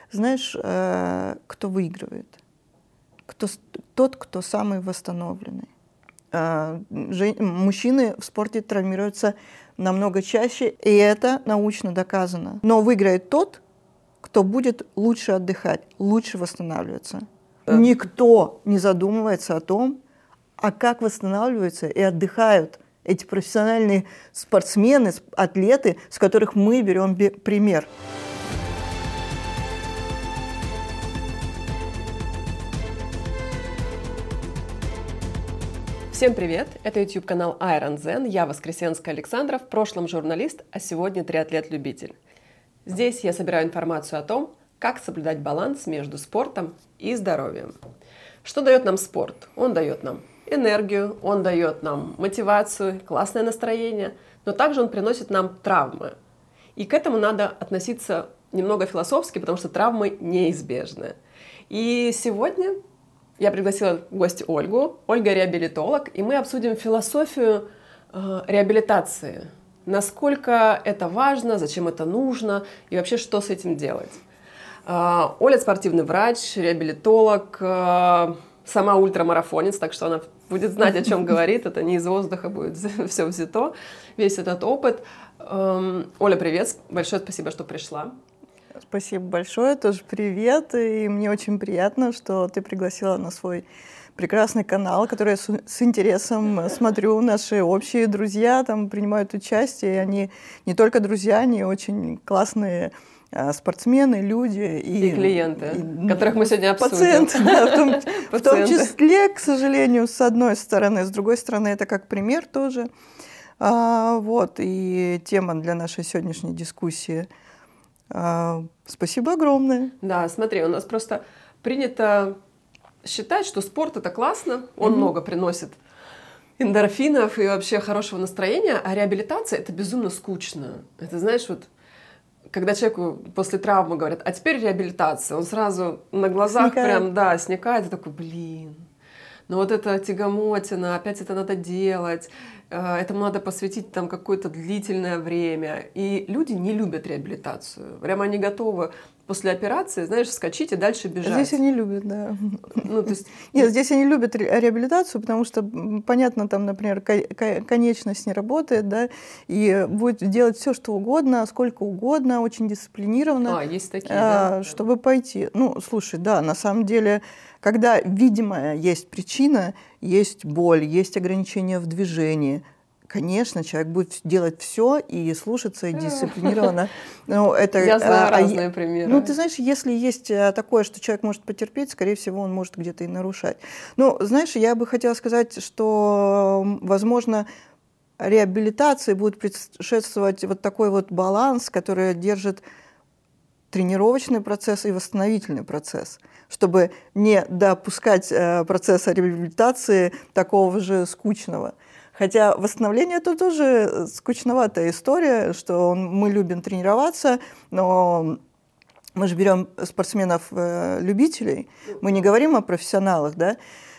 знаешь, кто выигрывает? Тот, кто самый восстановленный. Мужчины в спорте травмируются намного чаще, и это научно доказано. Но выиграет тот, кто будет лучше отдыхать, лучше восстанавливаться. Никто не задумывается о том, а как восстанавливаются и отдыхают эти профессиональные спортсмены, атлеты, с которых мы берем пример. Всем привет! Это YouTube-канал Iron Zen. Я Воскресенская Александра, в прошлом журналист, а сегодня триатлет-любитель. Здесь я собираю информацию о том, как соблюдать баланс между спортом и здоровьем. Что дает нам спорт? Он дает нам энергию, он дает нам мотивацию, классное настроение, но также он приносит нам травмы. И к этому надо относиться немного философски, потому что травмы неизбежны. И сегодня я пригласила в гости Ольгу. Ольга реабилитолог, и мы обсудим философию реабилитации. Насколько это важно, зачем это нужно и вообще что с этим делать. Оля спортивный врач, реабилитолог, сама ультрамарафонец, так что она будет знать, о чем говорит. Это не из воздуха будет все взято, весь этот опыт. Оля, привет, большое спасибо, что пришла. Спасибо большое, тоже привет, и мне очень приятно, что ты пригласила на свой прекрасный канал, который я с интересом смотрю. Наши общие друзья там принимают участие, и они не только друзья, они очень классные спортсмены, люди. И клиенты, которых мы сегодня обсудим. Пациенты, да, в том числе, к сожалению, с одной стороны. С другой стороны, это как пример тоже. Вот, и тема для нашей сегодняшней дискуссии. Спасибо огромное. Да, смотри, у нас просто принято считать, что спорт это классно, он много приносит эндорфинов и вообще хорошего настроения, а реабилитация это безумно скучно. Это, знаешь, вот когда человеку после травмы говорят, а теперь реабилитация, он сразу на глазах прям, да, сникает, и такой, блин, ну вот это тягомотина, опять это надо делать, этому надо посвятить там какое-то длительное время. И люди не любят реабилитацию. Прямо они готовы после операции, знаешь, вскочить и дальше бежать. Здесь они любят, да. Ну, то есть... Нет, здесь они любят реабилитацию, потому что, понятно, там, например, конечность не работает, да, и будет делать все, что угодно, сколько угодно, очень дисциплинированно. Есть такие, да? Чтобы пойти. Ну, слушай, да, на самом деле, когда видимая есть причина, есть боль, есть ограничения в движении, конечно, человек будет делать все и слушаться, и дисциплинированно. Я знаю разные примеры. Ну, ты знаешь, если есть такое, что человек может потерпеть, скорее всего, он может где-то и нарушать. Ну, знаешь, я бы хотела сказать, что, возможно, реабилитации будет предшествовать вот такой вот баланс, который держит тренировочный процесс и восстановительный процесс, чтобы не допускать процесса реабилитации такого же скучного. Хотя восстановление это тоже скучноватая история, что мы любим тренироваться, но мы же берем спортсменов-любителей, мы не говорим о профессионалах, да?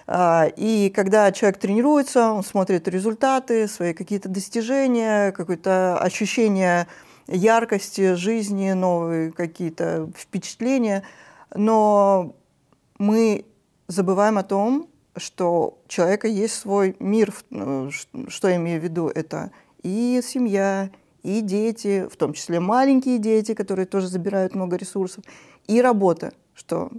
И когда человек тренируется, он смотрит результаты, свои какие-то достижения, какое-то ощущение яркости жизни, новые какие-то впечатления, но мы забываем о том, что у человека есть свой мир, что я имею в виду, это и семья, и дети, в том числе маленькие дети, которые тоже забирают много ресурсов, и работа, что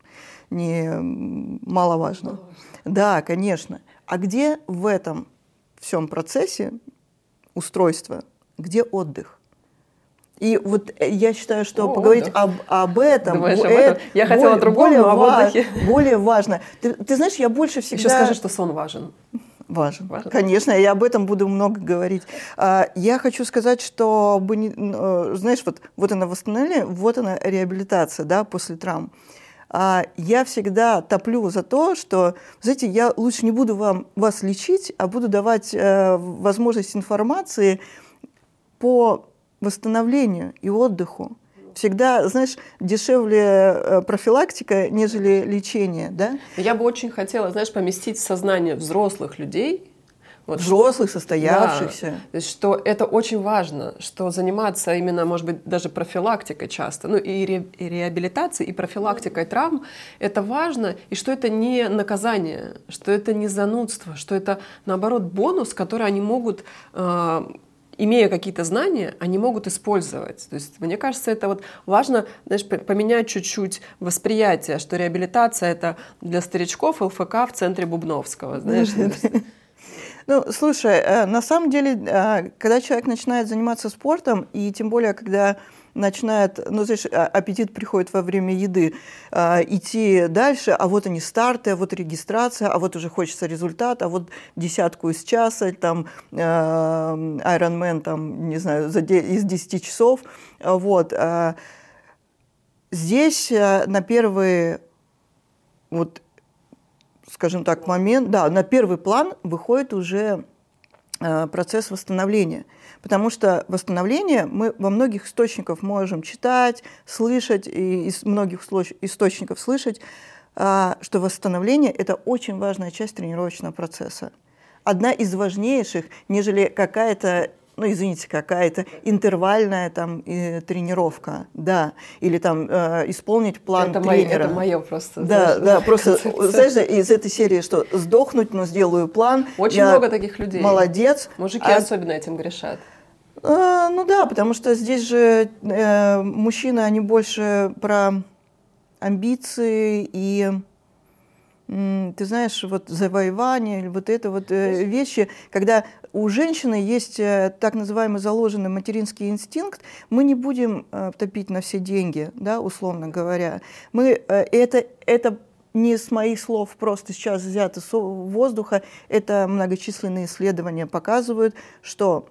немаловажно. Да, конечно. А где в этом всем процессе устройства, где отдых? И вот я считаю, что поговорить об этом... Думаешь, об этом? Я хотела о другом, но об отдыхе. Более важно. Ты знаешь, я больше всегда... Еще скажи, что сон важен. Важен. Конечно, я об этом буду много говорить. Я хочу сказать, что, знаешь, вот она восстановление, вот она реабилитация, да, после травм. Я всегда топлю за то, что, знаете, я лучше не буду вас лечить, а буду давать возможность информации по восстановлению и отдыху. Всегда, знаешь, дешевле профилактика, нежели лечение, да? Я бы очень хотела, знаешь, поместить в сознание взрослых людей Вот, взрослых, состоявшихся. Да, то есть, что это очень важно, что заниматься именно, может быть, даже профилактикой часто, ну и реабилитацией, и профилактикой травм, это важно, и что это не наказание, что это не занудство, что это, наоборот, бонус, который они могут, имея какие-то знания, они могут использовать. То есть, мне кажется, это вот важно, знаешь, поменять чуть-чуть восприятие, что реабилитация — это для старичков ЛФК в центре Бубновского, знаешь. Ну, слушай, на самом деле, когда человек начинает заниматься спортом, и тем более, когда начинает, ну, знаешь, аппетит приходит во время еды, идти дальше, а вот они старты, а вот регистрация, а вот уже хочется результат, а вот десятку из часа, там, Ironman, там, не знаю, из 10 часов, вот. Здесь на первый, вот, скажем так, момент, да, на первый план выходит уже процесс восстановления. Потому что восстановление мы во многих источниках можем читать, слышать, и из многих источников слышать, что восстановление – это очень важная часть тренировочного процесса. Одна из важнейших, нежели какая-то, ну, извините, какая-то интервальная там тренировка, да, или там исполнить план тренера. Это мое просто. Да, да, просто, знаешь, из этой серии, что сдохнуть, но сделаю план. Очень много таких людей. Молодец. Мужики особенно этим грешат. Ну да, потому что здесь же мужчины, они больше про амбиции и... Ты знаешь, вот завоевание, вот это вот вещи, когда у женщины есть так называемый заложенный материнский инстинкт, мы не будем топить на все деньги, да, условно говоря. Это не с моих слов просто сейчас взято с воздуха, это многочисленные исследования показывают, что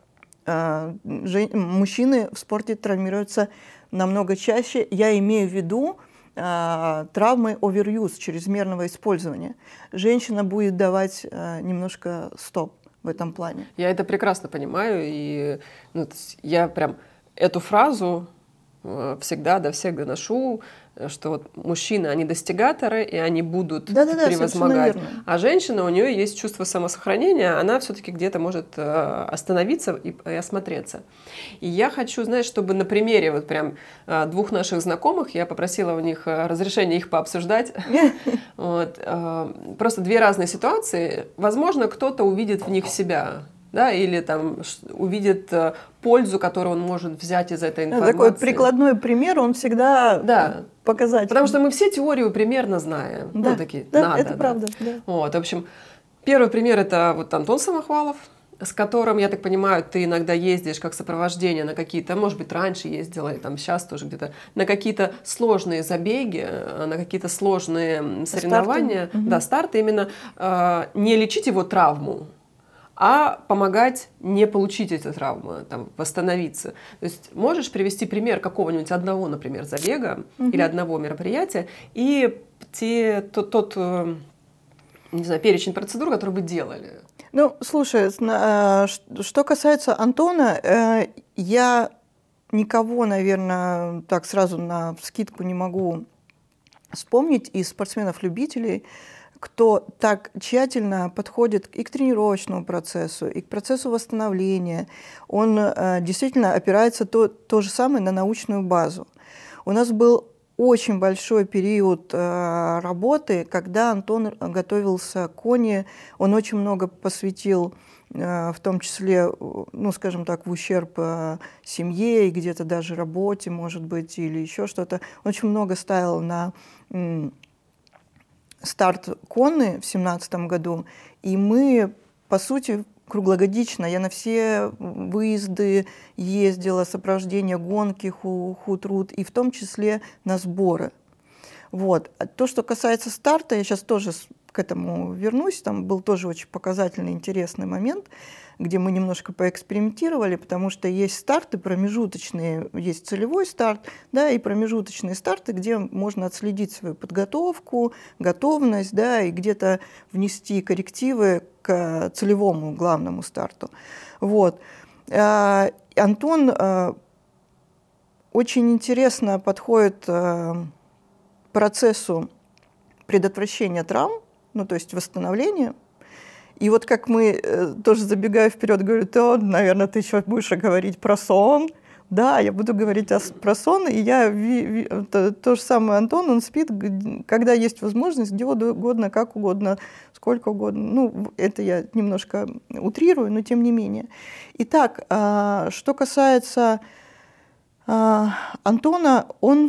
мужчины в спорте травмируются намного чаще. Я имею в виду травмы overuse, чрезмерного использования. Женщина будет давать немножко стоп в этом плане. Я это прекрасно понимаю, и я прям эту фразу всегда до всех доношу, что вот мужчины, они достигаторы, и они будут превозмогать. А женщина, у нее есть чувство самосохранения, она все-таки где-то может остановиться и осмотреться. И я хочу, знаешь, чтобы на примере вот прям двух наших знакомых, я попросила у них разрешения их пообсуждать. Просто две разные ситуации. Возможно, кто-то увидит в них себя, да, или там увидит пользу, которую он может взять из этой информации. Такой прикладной пример, он всегда показательный. Потому что мы все теорию примерно знаем. Да, ну, такие, да, надо, это правда. Да. Вот, в общем, первый пример — это вот Антон Самохвалов, с которым, я так понимаю, ты иногда ездишь как сопровождение на какие-то, может быть, раньше ездила, и там сейчас тоже где-то, на какие-то сложные забеги, на какие-то сложные соревнования. Старты. Да, старты именно не лечить его травму, а помогать не получить эти травмы, там, восстановиться. То есть можешь привести пример какого-нибудь одного, например, забега или одного мероприятия и тот не знаю, перечень процедур, которые вы делали? Ну, слушай, что касается Антона, я никого, наверное, так сразу на вскидку не могу вспомнить из спортсменов-любителей, кто так тщательно подходит и к тренировочному процессу, и к процессу восстановления. Он действительно опирается то же самое на научную базу. У нас был очень большой период работы, когда Антон готовился к КОНе. Он очень много посвятил, в том числе, ну, скажем так, в ущерб семье и где-то даже работе, может быть, или еще что-то. Он очень много ставил на старт КОНы в 2017 году, и мы, по сути, круглогодично, я на все выезды ездила, сопровождение гонки, хутруд, и в том числе на сборы. Вот. То, что касается старта, я сейчас тоже к этому вернусь, там был тоже очень показательный, интересный момент, где мы немножко поэкспериментировали, потому что есть старты промежуточные, есть целевой старт, да, и промежуточные старты, где можно отследить свою подготовку, готовность, да, и где-то внести коррективы к целевому главному старту. Вот. Антон очень интересно подходит к процессу предотвращения травм, ну, то есть восстановления. И вот как мы, тоже забегая вперед, говорю, наверное, ты еще будешь говорить про сон. Да, я буду говорить про сон, и то же самое Антон, он спит, когда есть возможность, где угодно, как угодно, сколько угодно. Ну, это я немножко утрирую, но тем не менее. Итак, что касается Антона, он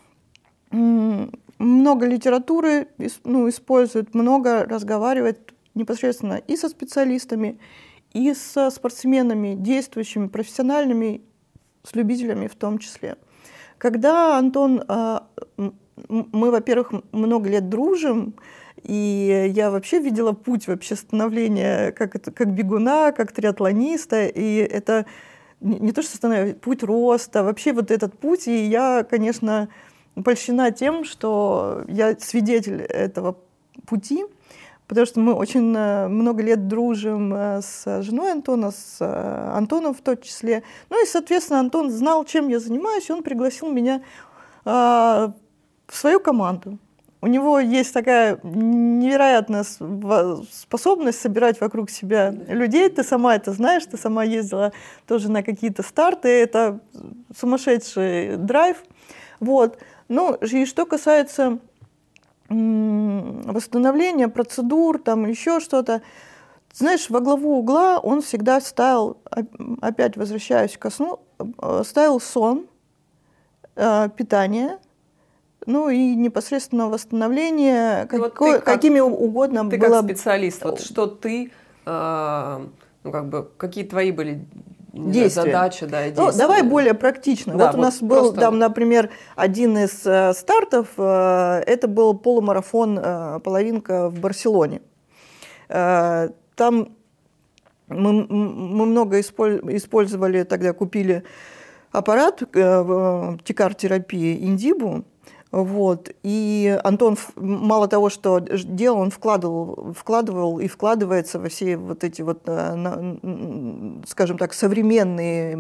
много литературы использует, много разговаривает непосредственно и со специалистами, и со спортсменами, действующими, профессиональными, с любителями в том числе. Когда Антон, мы, во-первых, много лет дружим, и я вообще видела путь вообще становления как бегуна, как триатлониста, и это не то, что становится, путь роста, вообще вот этот путь, и я, конечно, польщена тем, что я свидетель этого пути, потому что мы очень много лет дружим с женой Антона, с Антоном в том числе. Ну и, соответственно, Антон знал, чем я занимаюсь, и он пригласил меня в свою команду. У него есть такая невероятная способность собирать вокруг себя людей. Ты сама это знаешь, ты сама ездила тоже на какие-то старты. Это сумасшедший драйв. Вот. Ну, и что касается восстановления, процедур, там еще что-то, знаешь, во главу угла он всегда ставил, опять возвращаюсь ко сну, ставил сон, питание, ну и непосредственно восстановление, какими угодно было. Ты как специалист, вот что ты, какие твои были задачи, да, и действия? Ну, давай более практично. Да, вот у нас был, там, например, один из стартов, это был полумарафон «Половинка» в Барселоне. Там мы много использовали, тогда купили аппарат тикар-терапии Индибу. Вот. И Антон мало того, что делал, он вкладывал и вкладывается во все вот эти вот, скажем так, современные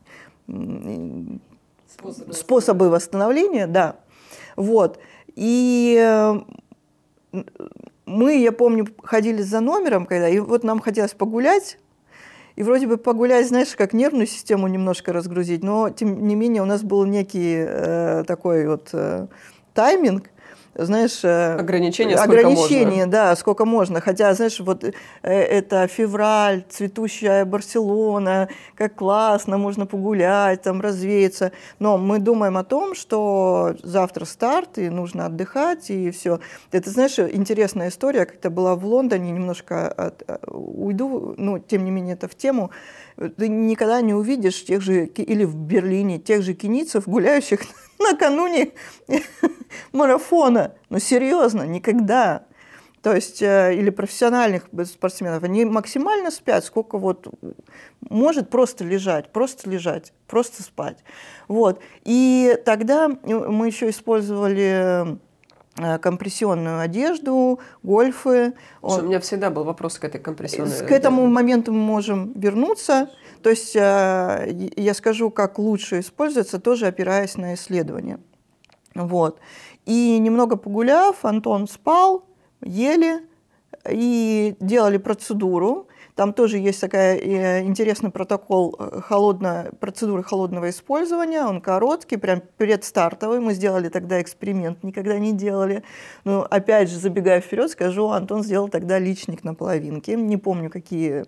способы восстановления, да. Вот. И мы, я помню, ходили за номером, и вот нам хотелось погулять. И вроде бы погулять, знаешь, как нервную систему немножко разгрузить, но тем не менее у нас был некий такой вот тайминг, знаешь... Ограничения, да, сколько можно. Хотя, знаешь, вот это февраль, цветущая Барселона, как классно, можно погулять, там, развеяться. Но мы думаем о том, что завтра старт, и нужно отдыхать, и все. Это, знаешь, интересная история, как-то была в Лондоне, немножко уйду, но тем не менее это в тему. Ты никогда не увидишь тех же, или в Берлине, тех же кенийцев, гуляющих накануне марафона. Ну, серьезно, никогда. То есть, или профессиональных спортсменов, они максимально спят, сколько вот может просто лежать, просто спать. Вот. И тогда мы еще использовали компрессионную одежду, гольфы. У меня всегда был вопрос к этой компрессионной одежде. К этому моменту мы можем вернуться. То есть я скажу, как лучше используется, тоже опираясь на исследования. Вот. И немного погуляв, Антон спал, ели и делали процедуру. Там тоже есть такой интересный протокол процедуры холодного использования. Он короткий, прям предстартовый. Мы сделали тогда эксперимент, никогда не делали. Но опять же, забегая вперед, скажу, Антон сделал тогда личник на половинке. Не помню, какие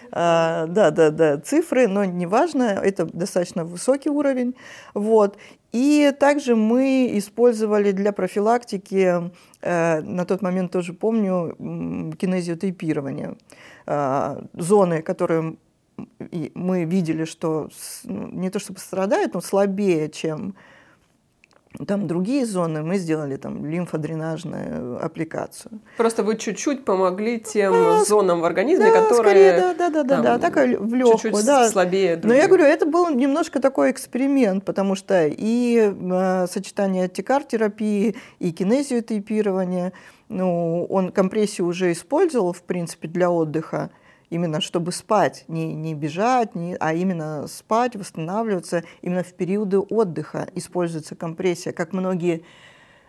цифры, но неважно, это достаточно высокий уровень. Вот. И также мы использовали для профилактики, на тот момент тоже помню, кинезиотейпирование. Зоны, которые мы видели, что не то чтобы страдают, но слабее, чем там другие зоны, мы сделали там лимфодренажную аппликацию. Просто вы чуть-чуть помогли тем зонам в организме, которые скорее, так в легкую, чуть-чуть слабее других. Но я говорю, это был немножко такой эксперимент, потому что и сочетание тикар-терапии, и кинезиотейпирования, он компрессию уже использовал, в принципе, для отдыха, именно чтобы спать, не бежать, а именно спать, восстанавливаться. Именно в периоды отдыха используется компрессия, как многие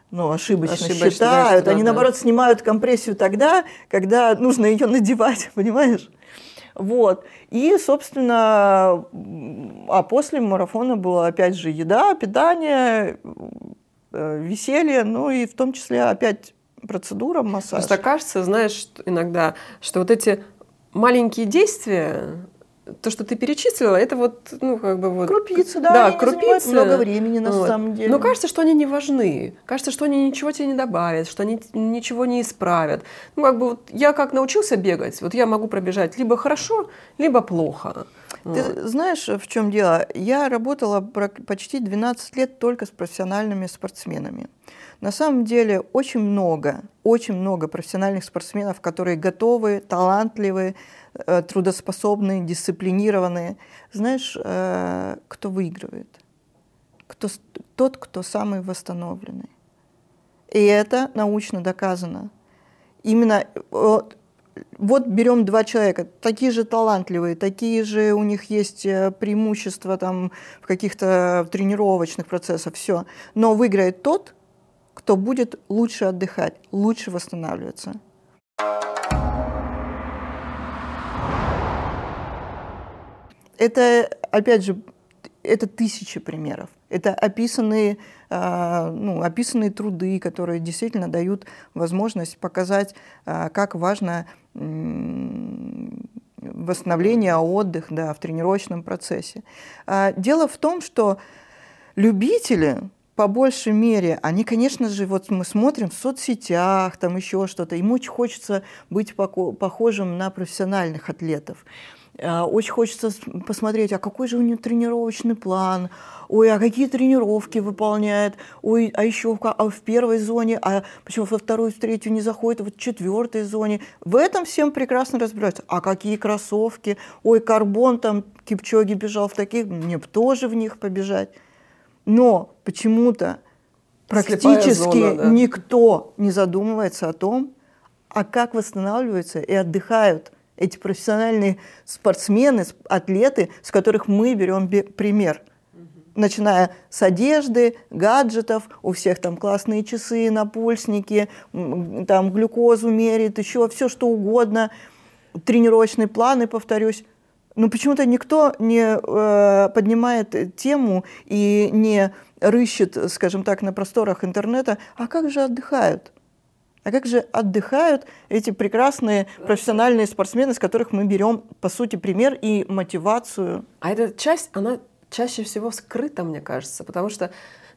ошибочно считают. Да, Они, наоборот, снимают компрессию тогда, когда нужно ее надевать, понимаешь? Вот. И, собственно, после марафона была, опять же, еда, питание, веселье, и в том числе опять процедура, массаж. Просто кажется, знаешь, иногда, что вот эти маленькие действия, то, что ты перечислила, это крупицы, да, они крупицы. занимают много времени на самом деле. Но кажется, что они не важны. Кажется, что они ничего тебе не добавят, что они ничего не исправят. Я как научился бегать, я могу пробежать либо хорошо, либо плохо. Ты знаешь, в чем дело? Я работала почти 12 лет только с профессиональными спортсменами. На самом деле очень много профессиональных спортсменов, которые готовы, талантливые, трудоспособные, дисциплинированные. Знаешь, кто выигрывает? Тот, кто самый восстановленный. И это научно доказано. Именно вот берем два человека, такие же талантливые, такие же у них есть преимущества там, в каких-то тренировочных процессах, все. Но выиграет тот, кто будет лучше отдыхать, лучше восстанавливаться. Это, опять же, это тысячи примеров. Это описанные труды, которые действительно дают возможность показать, как важно восстановление, отдых, в тренировочном процессе. Дело в том, что любители, по большей мере, они, конечно же, мы смотрим в соцсетях, там еще что-то, им очень хочется быть похожим на профессиональных атлетов. Очень хочется посмотреть, а какой же у него тренировочный план, а какие тренировки выполняет, а еще в первой зоне, а почему во вторую, в третью не заходит, в четвертой зоне. В этом всем прекрасно разбираются. А какие кроссовки, карбон, там Кипчоги бежал в таких, мне бы тоже в них побежать. Но почему-то практически никто не задумывается о том, как восстанавливаются и отдыхают эти профессиональные спортсмены, атлеты, с которых мы берем пример. Начиная с одежды, гаджетов, у всех там классные часы, напульсники, там глюкозу меряет, еще все что угодно, тренировочные планы, повторюсь. Но почему-то никто не поднимает тему и не рыщет, скажем так, на просторах интернета, а как же отдыхают? А как же отдыхают эти прекрасные профессиональные спортсмены, с которых мы берем, по сути, пример и мотивацию? А эта часть, она чаще всего скрыта, мне кажется, потому что,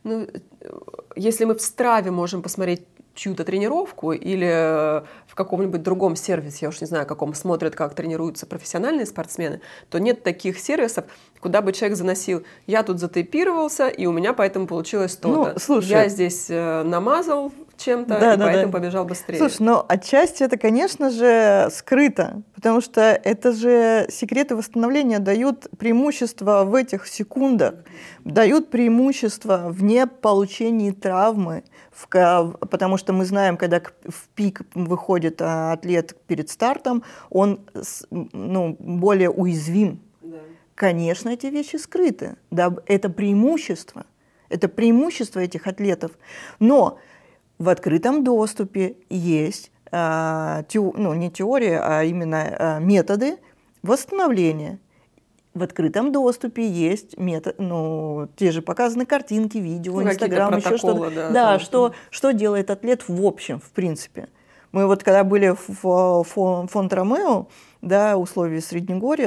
если мы в Страве можем посмотреть чью-то тренировку или в каком-нибудь другом сервисе, я уж не знаю, каком смотрят, как тренируются профессиональные спортсмены, то нет таких сервисов, куда бы человек заносил: я тут затейпировался, и у меня поэтому получилось то-то. Я здесь намазал чем-то, поэтому побежал быстрее. Слушай, отчасти это, конечно же, скрыто, потому что это же секреты восстановления дают преимущество в этих секундах, дают преимущество в неполучении травмы, потому что мы знаем, когда в пик выходит атлет перед стартом, он более уязвим. Да. Конечно, эти вещи скрыты. Да, это преимущество этих атлетов. Но в открытом доступе есть не теория, а именно методы восстановления. В открытом доступе есть те же показаны картинки, видео, Инстаграм, еще что-то. Что делает атлет в общем, в принципе. Мы когда были в Фонт-Ромео, условия Среднегорья,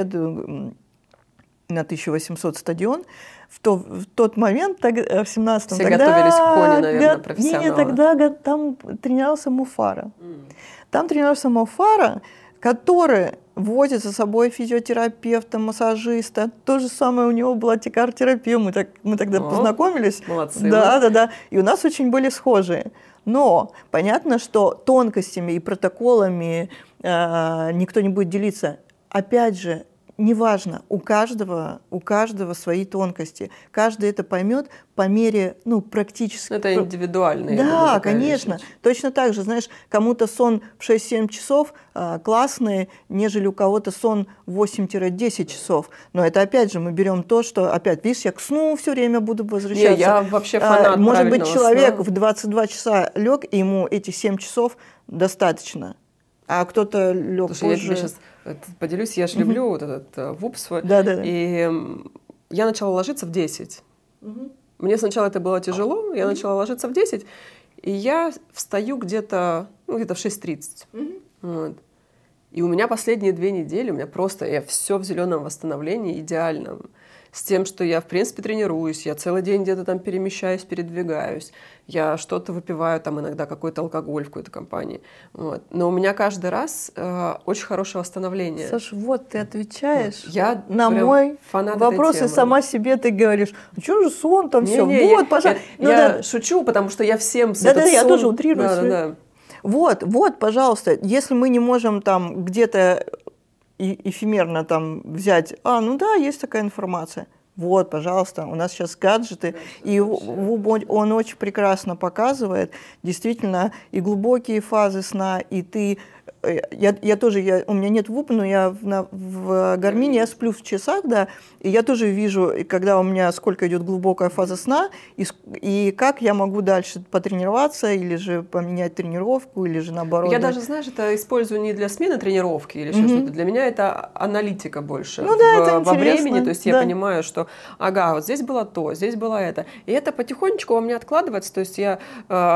на 1800 стадион, в тот момент, в 17-м, все готовились кони, наверное, профессионалы. Нет, тогда там тренировался Муфара. Там тренировался Муфара, который возит за собой физиотерапевта, массажиста. То же самое у него была тикар-терапия. Мы тогда познакомились. Молодцы. Да. И у нас очень были схожие. Но понятно, что тонкостями и протоколами никто не будет делиться. Опять же, неважно, у каждого свои тонкости. Каждый это поймет по мере, практически. Это индивидуально. Да, конечно. Вещь. Точно так же, знаешь, кому-то сон в 6-7 часов классный, нежели у кого-то сон 8-10 часов. Но это опять же мы берем то, что, опять, видишь, я к сну все время буду возвращаться. Не, я вообще фанат может быть, человек сна. в 22 часа лег, и ему эти 7 часов достаточно. А кто-то лег позже. Я тебе сейчас поделюсь, я же люблю вот этот ВУП свой. Да. И я начала ложиться в 10. Мне сначала это было тяжело, я начала ложиться в 10, и я встаю где-то в 6:30. Вот. И у меня последние 2 недели, я все в зеленом восстановлении идеальном. С тем, что я, в принципе, тренируюсь, я целый день где-то там перемещаюсь, передвигаюсь, я что-то выпиваю, там иногда какой-то алкоголь в какой-то компании. Вот. Но у меня каждый раз очень хорошее восстановление. Саша, вот ты отвечаешь на мой вопрос, и сама себе ты говоришь, что же сон там все, вот, пожалуйста. Я шучу, потому что я всем сон... я тоже утрирую. Да. Вот, пожалуйста, если мы не можем там где-то эфемерно там взять, есть такая информация. Вот, пожалуйста, у нас сейчас гаджеты, и он очень прекрасно показывает действительно и глубокие фазы сна, и ты... у меня нет ВУПа, но я в Гармине я сплю в часах, да, и я тоже вижу, когда у меня сколько идет глубокая фаза сна, и как я могу дальше потренироваться, или же поменять тренировку, или же наоборот. Я даже, знаешь, это использую не для смены тренировки или еще что-то, для меня это аналитика больше во времени, то есть я понимаю, что вот здесь было то, здесь было это, и это потихонечку у меня откладывается, то есть я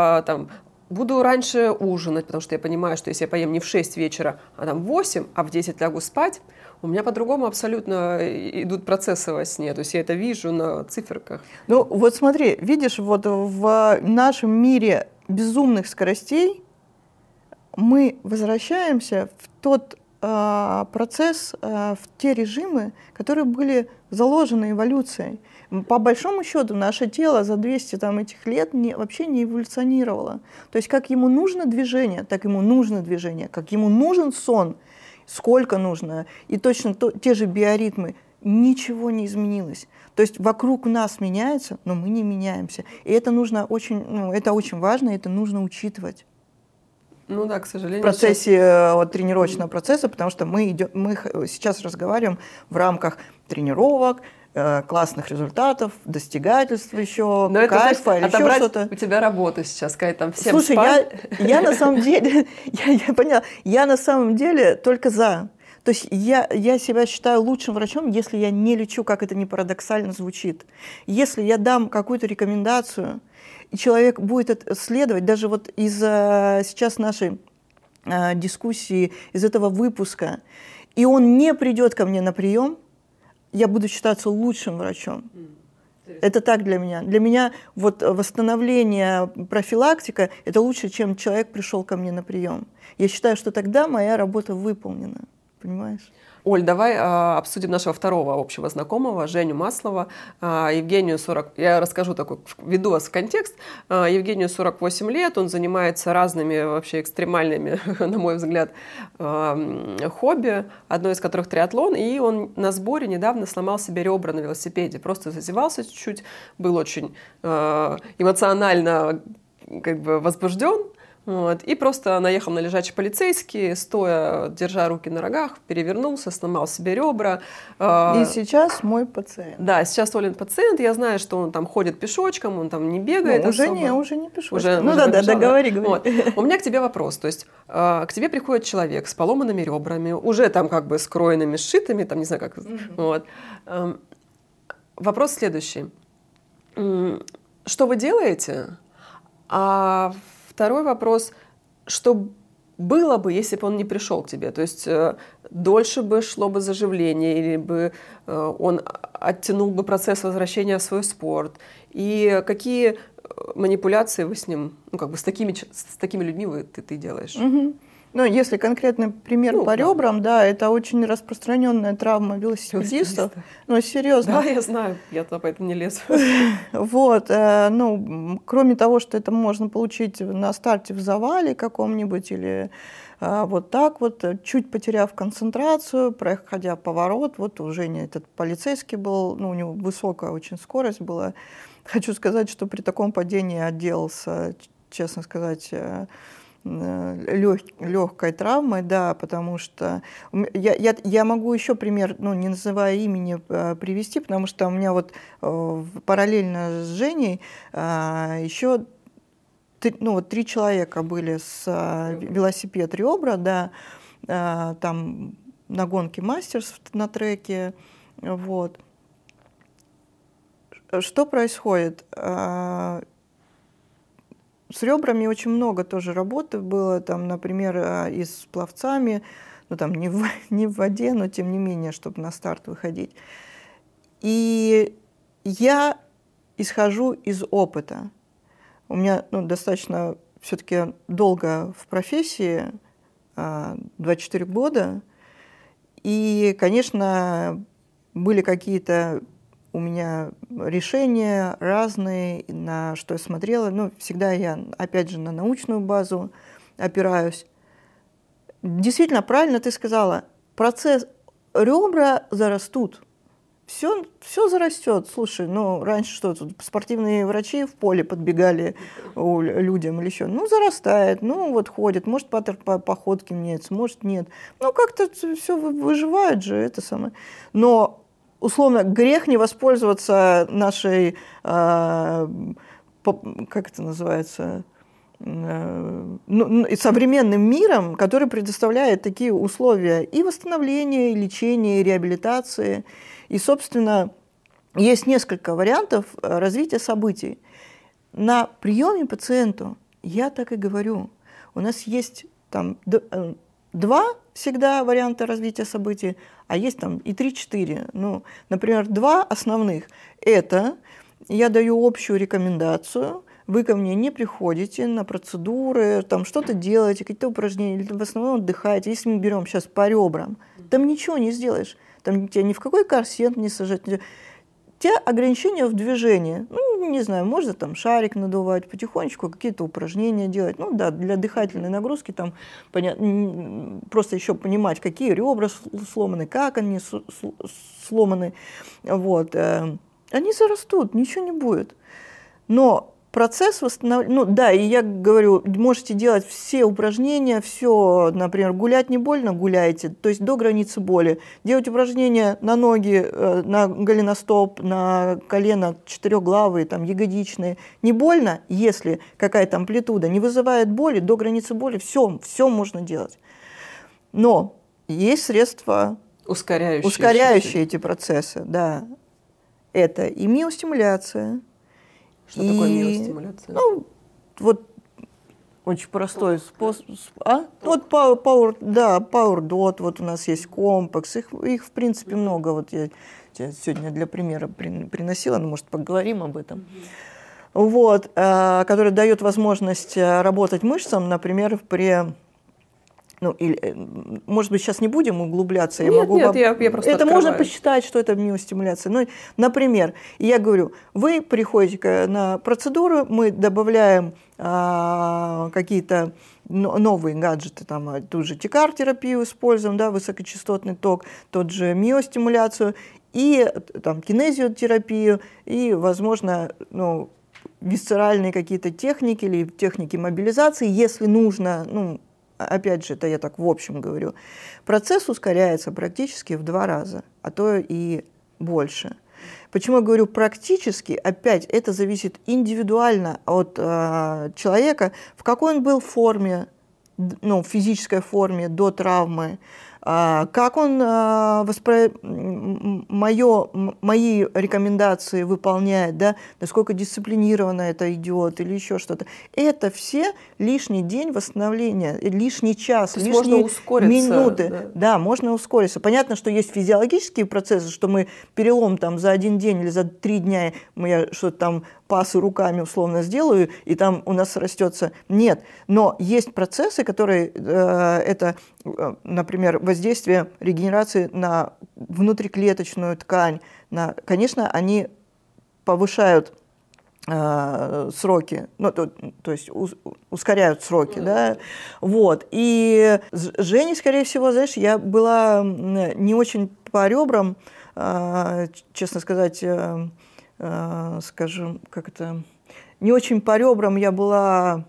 буду раньше ужинать, потому что я понимаю, что если я поем не в 6 вечера, а там в 8, а в 10 лягу спать, у меня по-другому абсолютно идут процессы во сне. То есть я это вижу на циферках. Вот смотри, видишь, вот в нашем мире безумных скоростей мы возвращаемся в тот процесс, в те режимы, которые были заложены эволюцией. По большому счету наше тело за 200 этих лет вообще не эволюционировало. То есть как ему нужно движение, так ему нужно движение, как ему нужен сон, сколько нужно, и точно те же биоритмы, ничего не изменилось. То есть вокруг нас меняется, но мы не меняемся. И это нужно это очень важно, это нужно учитывать. К сожалению. В процессе тренировочного процесса, потому что мы сейчас разговариваем в рамках тренировок, классных результатов, достигательств еще, кайфа или еще что-то. У тебя работа сейчас какая-то там всем. Слушай, я на самом деле, я поняла, я на самом деле только за. То есть я себя считаю лучшим врачом, если я не лечу, как это ни парадоксально звучит. Если я дам какую-то рекомендацию, и человек будет следовать, даже вот из сейчас нашей дискуссии, из этого выпуска, и он не придет ко мне на прием, я буду считаться лучшим врачом. Это так для меня. Для меня вот восстановление, профилактика – это лучше, чем человек пришел ко мне на прием. Я считаю, что тогда моя работа выполнена. Понимаешь? Оль, давай обсудим нашего второго общего знакомого, Женю Маслова. Евгению 40... Я расскажу введу вас в контекст. Евгению 48 лет, он занимается разными вообще экстремальными, на мой взгляд, хобби, одно из которых триатлон, и он на сборе недавно сломал себе ребра на велосипеде, просто зазевался чуть-чуть, был очень эмоционально возбужден. Вот, и просто наехал на лежачий полицейский, стоя, держа руки на рогах, перевернулся, сломал себе ребра. И сейчас мой пациент. Да, сейчас Олин пациент. Я знаю, что он там ходит пешочком, он там не бегает уже не пешочком. Говори. Вот. У меня к тебе вопрос. То есть к тебе приходит человек с поломанными ребрами, уже там скроенными, сшитыми, там не знаю как. Вот. Вопрос следующий. Что вы делаете? А второй вопрос, что было бы, если бы он не пришел к тебе? То есть дольше бы шло бы заживление, или бы он оттянул бы процесс возвращения в свой спорт? И какие манипуляции вы с ним, с такими людьми ты делаешь? Ну, если конкретный пример по ребрам, да, это очень распространенная травма велосипедистов. Ну, серьезно. Да, я знаю, я туда поэтому не лезу. Вот, ну, кроме того, что это можно получить на старте в завале каком-нибудь или вот так вот, чуть потеряв концентрацию, проходя поворот, вот у Жени этот полицейский был, ну, у него высокая очень скорость была. Хочу сказать, что при таком падении отделался, честно сказать, легкой травмой, да, потому что я могу еще пример, ну, не называя имени, привести, потому что у меня вот параллельно с Женей еще ну, вот 3 человека были с велосипед ребра, да, там на гонке Мастерс на треке, вот. Что происходит? С ребрами очень много тоже работы было, там, например, и с пловцами, ну, там, не в воде, но тем не менее, чтобы на старт выходить. И я исхожу из опыта. У меня, ну, достаточно все-таки долго в профессии, 24 года, и, конечно, были какие-то у меня решения разные, на что я смотрела. Ну, всегда я, опять же, на научную базу опираюсь. Действительно, правильно ты сказала, процесс ребра зарастут. Все зарастет. Слушай, ну, раньше что тут, спортивные врачи в поле подбегали людям или еще. Ну, зарастает, ну, вот ходит, может, паттерн походки меняется, может, нет. Ну, как-то все выживает же, это самое. Но условно, грех не воспользоваться нашей, как это называется, современным миром, который предоставляет такие условия и восстановления, и лечения, и реабилитации. И, собственно, есть несколько вариантов развития событий. На приеме пациенту я так и говорю. У нас есть там 2 всегда варианта развития событий, а есть там и 3-4. Ну, например, 2 основных. Это я даю общую рекомендацию, вы ко мне не приходите на процедуры, там что-то делаете, какие-то упражнения, в основном отдыхаете. Если мы берем сейчас по ребрам, там ничего не сделаешь, там тебя ни в какой корсет не сажать. У тебя ограничения в движении. Ну, не знаю, можно там шарик надувать, потихонечку какие-то упражнения делать. Ну да, для дыхательной нагрузки там просто еще понимать, какие ребра сломаны, как они сломаны. Вот. Они зарастут, ничего не будет. Но процесс восстановления, ну да, и я говорю, можете делать все упражнения, все, например, гулять не больно, гуляйте, то есть до границы боли. Делать упражнения на ноги, на голеностоп, на колено четырехглавые, там, ягодичные. Не больно, если какая-то амплитуда не вызывает боли, до границы боли, все можно делать. Но есть средства, ускоряющие эти процессы, да. Это и миостимуляция. Что такое миостимуляция? Ну, вот очень простой способ. Вот Power Dot, вот у нас есть комплекс, их в принципе много. Вот я сегодня для примера приносила, но, может, поговорим об этом. Вот, который дает возможность работать мышцам, например, при... Ну, или, может быть, сейчас не будем углубляться. Я просто это открываю. Можно посчитать, что это миостимуляция. Ну, например, я говорю, вы приходите на процедуру, мы добавляем какие-то новые гаджеты, там, ту же TCAR-терапию используем, да, высокочастотный ток, тот же миостимуляцию, и там, кинезиотерапию, и, возможно, ну, висцеральные какие-то техники или техники мобилизации, если нужно, ну, опять же, это я так в общем говорю, процесс ускоряется практически в 2 раза, а то и больше. Почему я говорю практически? Опять, это зависит индивидуально от человека, в какой он был форме, ну, физической форме до травмы, как он мои рекомендации выполняет, да, насколько дисциплинированно это идет или еще что-то. Это все лишний день восстановления, лишний час, лишние минуты. Да, можно ускориться. Понятно, что есть физиологические процессы, что мы перелом там за 1 день или за 3 дня я что-то там пасы руками условно сделаю, и там у нас растется. Нет. Но есть процессы, которые, это, например, воздействие регенерации на внутриклеточную ткань. Конечно, они повышают сроки, ну, то есть ускоряют сроки, да, вот. И с Женей, скорее всего, знаешь, я была не очень по ребрам, честно сказать, скажем, как это, не очень по ребрам я была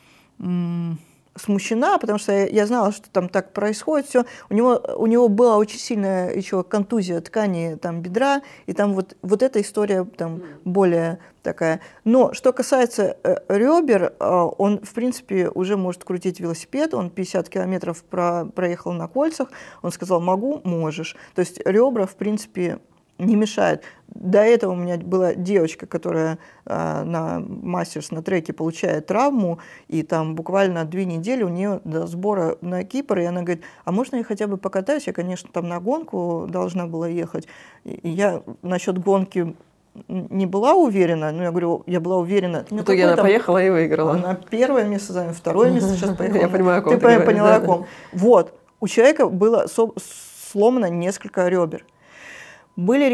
смущена, потому что я знала, что там так происходит все. У него была очень сильная еще контузия ткани там, бедра, и там вот эта история там более такая. Но что касается ребер, он, в принципе, уже может крутить велосипед, он 50 километров проехал на кольцах, он сказал, могу, можешь. То есть ребра, в принципе, не мешает. До этого у меня была девочка, которая на мастерс, на треке получает травму, и там буквально 2 недели у нее до сбора на Кипр, и она говорит, а можно я хотя бы покатаюсь? Я, конечно, там на гонку должна была ехать. И я насчет гонки не была уверена, но я говорю, я была уверена. В итоге она поехала и выиграла. Она 1-е место заняла, 2-е место сейчас поехала. Я понимаю, о ком ты поняла, о ком. Вот. У человека было сломано несколько ребер. Были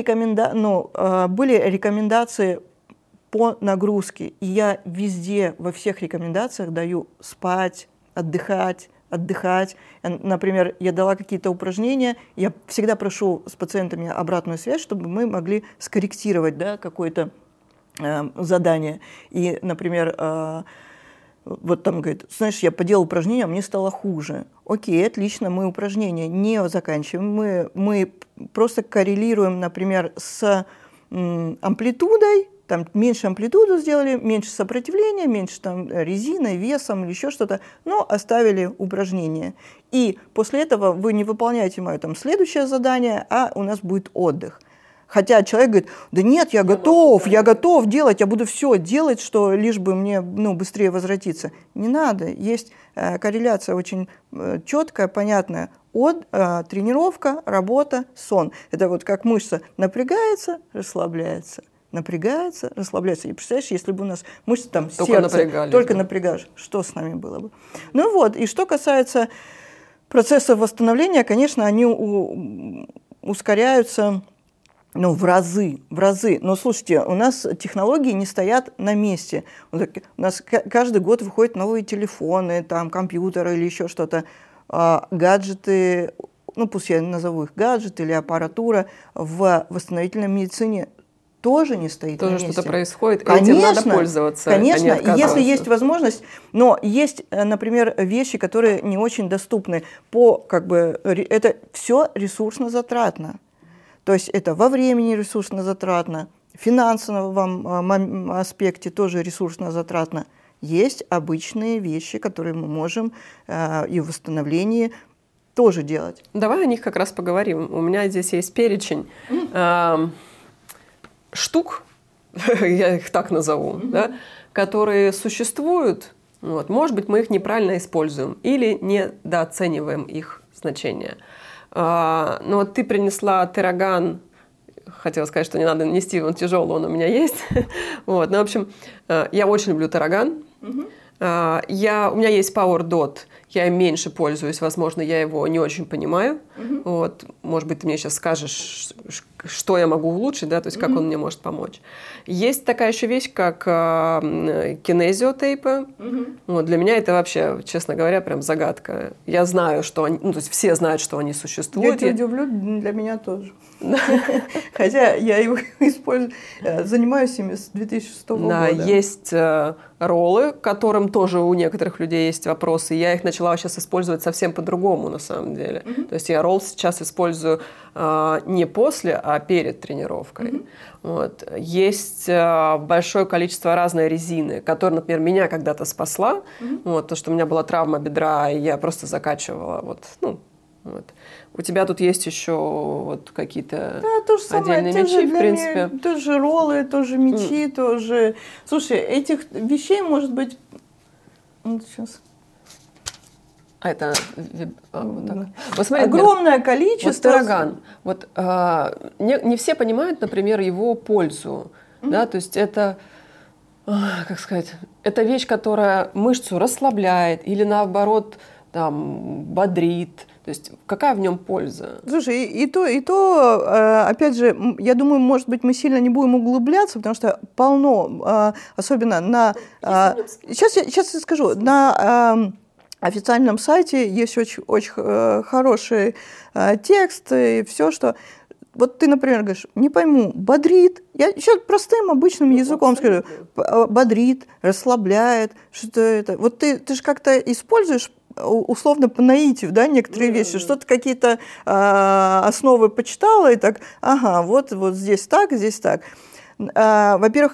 рекомендации по нагрузке, и я везде, во всех рекомендациях даю спать, отдыхать. Например, я дала какие-то упражнения, я всегда прошу с пациентами обратную связь, чтобы мы могли скорректировать, да, какое-то задание. И, например, вот там говорит, знаешь, я поделал упражнение, а мне стало хуже. Окей, отлично, мы упражнения не заканчиваем, мы просто коррелируем, например, с амплитудой, там меньше амплитуду сделали, меньше сопротивления, меньше там резиной, весом или еще что-то, но оставили упражнение. И после этого вы не выполняете мое там следующее задание, а у нас будет отдых. Хотя человек говорит, да нет, я готов делать, я буду все делать, что лишь бы мне быстрее возвратиться. Не надо, есть корреляция очень четкая, понятная. Тренировка, работа, сон. Это вот как мышца напрягается, расслабляется. Напрягается, расслабляется. И представляешь, если бы у нас мышцы там только напрягаешь, что с нами было бы? Ну вот, и что касается процессов восстановления, конечно, они ускоряются в разы. Но слушайте, у нас технологии не стоят на месте. У нас каждый год выходят новые телефоны, там, компьютеры или еще что-то. Гаджеты, пусть я назову их гаджеты или аппаратура в восстановительной медицине тоже не стоит на месте. Тоже что-то происходит, конечно, этим надо пользоваться. Конечно, если есть возможность, но есть, например, вещи, которые не очень доступны. Это все ресурсно затратно. То есть это во времени ресурсно затратно, в финансовом аспекте тоже ресурсно затратно. Есть обычные вещи, которые мы можем и в восстановлении тоже делать. Давай о них как раз поговорим. У меня здесь есть перечень штук, я их так назову, да, которые существуют. Может быть, мы их неправильно используем или недооцениваем их значение. Но ты принесла терраган. Хотела сказать, что не надо нести, он тяжелый, он у меня есть. В общем, я очень люблю терраган. У меня есть Power Dot, я им меньше пользуюсь, возможно, я его не очень понимаю. Может быть, ты мне сейчас скажешь, что я могу улучшить, да, то есть как он мне может помочь. Есть такая еще вещь, как кинезиотейпы. Для меня это вообще, честно говоря, прям загадка. Я знаю, что они, то есть все знают, что они существуют. Я тебя удивлю, для меня тоже. Хотя я его использую, занимаюсь ими с 2006 года. Да, есть роллы, к которым тоже у некоторых людей есть вопросы. Я их начала сейчас использовать совсем по-другому, на самом деле. То есть я ролл сейчас использую не после, а перед тренировкой. Есть большое количество разной резины, которая, например, меня когда-то спасла. То, что у меня была травма бедра, и я просто закачивала Вот. У тебя тут есть еще вот какие-то то же самое, отдельные мячи, в принципе. Тоже роллы, тоже мячи, тоже... Слушай, этих вещей может быть... Вот сейчас... Это вот так. Вот смотри, огромное количество. Вот тараган. Вот, не все понимают, например, его пользу. Да? То есть это, как сказать, это вещь, которая мышцу расслабляет или наоборот там, бодрит. То есть какая в нем польза? Слушай, и то, опять же, я думаю, может быть, мы сильно не будем углубляться, потому что полно, особенно на... Сейчас я скажу, на... официальном сайте есть очень хороший текст и все, что... Вот ты, например, говоришь, не пойму, бодрит. Я еще простым, обычным языком скажу. Бодрит, расслабляет. Что это? Вот ты же как-то используешь условно по наитию, да, некоторые вещи. Что-то какие-то основы почитала и так, ага, вот здесь так, здесь так. Во-первых,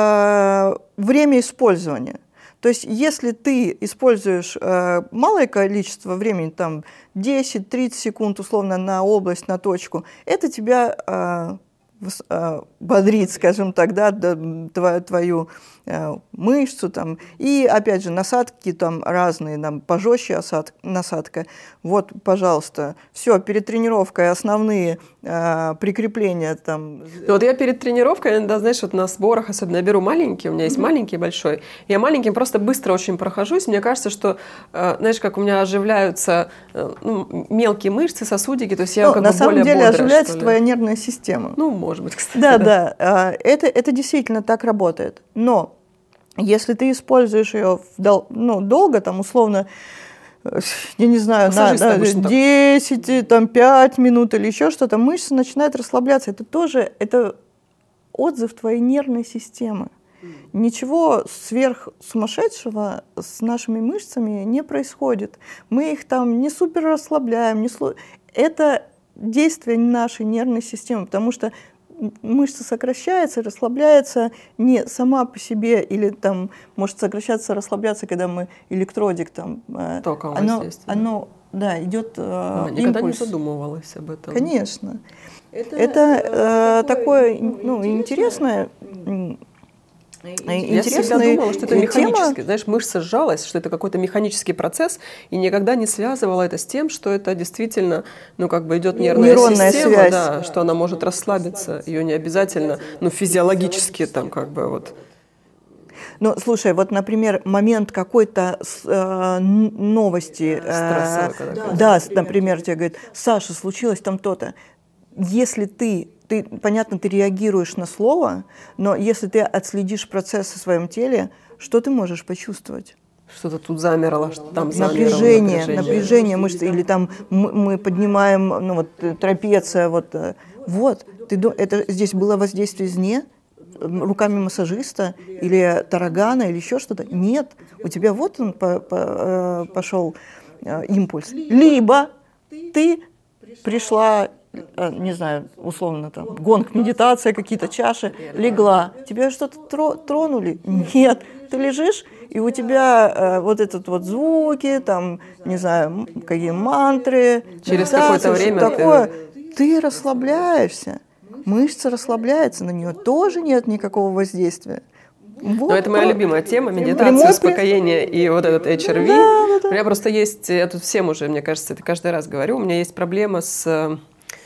время использования. То есть, если ты используешь малое количество времени, там 10-30 секунд условно на область, на точку, это тебя бодрит, скажем так, да, твою мышцу. Там. И, опять же, насадки там разные, там, пожестче насадка. Вот, пожалуйста, все, перед тренировкой основные прикрепления. Там. Вот я перед тренировкой, иногда, знаешь, вот на сборах особенно я беру маленький, у меня есть маленький и большой. Я маленьким просто быстро очень прохожусь. Мне кажется, что, знаешь, как у меня оживляются мелкие мышцы, сосудики, то есть я как бы более бодрая. На самом деле оживляется твоя нервная система. Ну, может быть, кстати. Да. Это действительно так работает. Но если ты используешь ее долго, там, условно, я не знаю, на 10, там, 5 минут или еще что-то, мышцы начинают расслабляться. Это отзыв твоей нервной системы. Ничего сверхсумасшедшего с нашими мышцами не происходит. Мы их там не супер расслабляем. Это действие нашей нервной системы, потому что мышца сокращается, расслабляется не сама по себе, или там может сокращаться, расслабляться, когда мы электродик там... Оно идет импульс. Никогда не задумывалась об этом. Конечно. Это такое интересное... Я всегда думала, что это механически. Знаешь, мышца сжалась, что это какой-то механический процесс, и никогда не связывала это с тем, что это действительно, идет нейронная система, связь. Да, что она может расслабиться. Ее не обязательно, физиологически там слушай, вот, например, момент какой-то новости. Например, тебе говорят, Саша, случилось там то-то. Если ты, понятно, ты реагируешь на слово, но если ты отследишь процесс в своем теле, что ты можешь почувствовать? Что-то тут замерло, что там замерло. Напряжение мышц, или там мы поднимаем, трапеция, это здесь было воздействие извне, руками массажиста, или тарагана, или еще что-то. Нет, у тебя вот он пошел импульс. Либо ты пришла, не знаю, условно, там, гонг, медитация, какие-то чаши, легла. Тебя что-то тронули? Нет. Ты лежишь, и у тебя звуки, там, не знаю, какие мантры. Через какое-то время такое. Ты расслабляешься. Мышца расслабляется, на нее тоже нет никакого воздействия. Но это моя любимая тема, медитация, успокоение и вот этот HRV. Да. У меня просто есть, я тут всем уже, мне кажется, это каждый раз говорю, у меня есть проблема с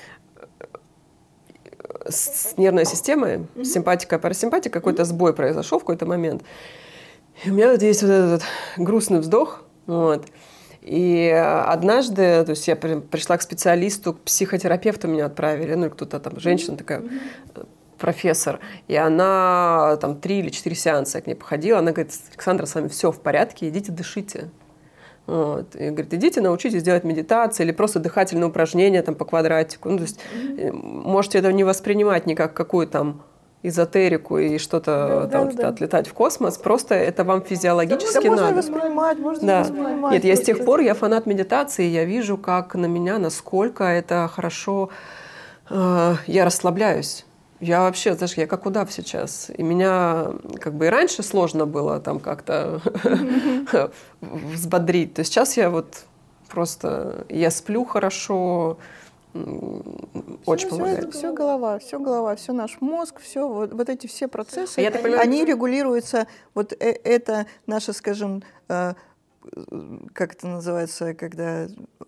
нервной системой, симпатика, парасимпатика, какой-то сбой произошел в какой-то момент. И у меня вот есть вот этот грустный вздох, И однажды, то есть я пришла к специалисту, к психотерапевту меня отправили, кто-то там, женщина такая, профессор, и она там 3 или 4 сеанса я к ней походила, она говорит, Александра, с вами все в порядке, идите дышите. И говорит, идите, научитесь делать медитации или просто дыхательные упражнения там, по квадратику. То есть можете это не воспринимать не как какую-то там эзотерику и что-то отлетать в космос, просто это вам физиологически надо. Можно воспринимать. Нет, я с тех пор, я фанат медитации, я вижу, как на меня, насколько это хорошо, я расслабляюсь. Я вообще, знаешь, я как удав сейчас. И меня и раньше сложно было там как-то взбодрить. То есть сейчас я просто я сплю хорошо, очень помогает. Все голова, все наш мозг, все вот эти все процессы, Я так понимаю, они регулируются, вот это наше, скажем, как это называется, когда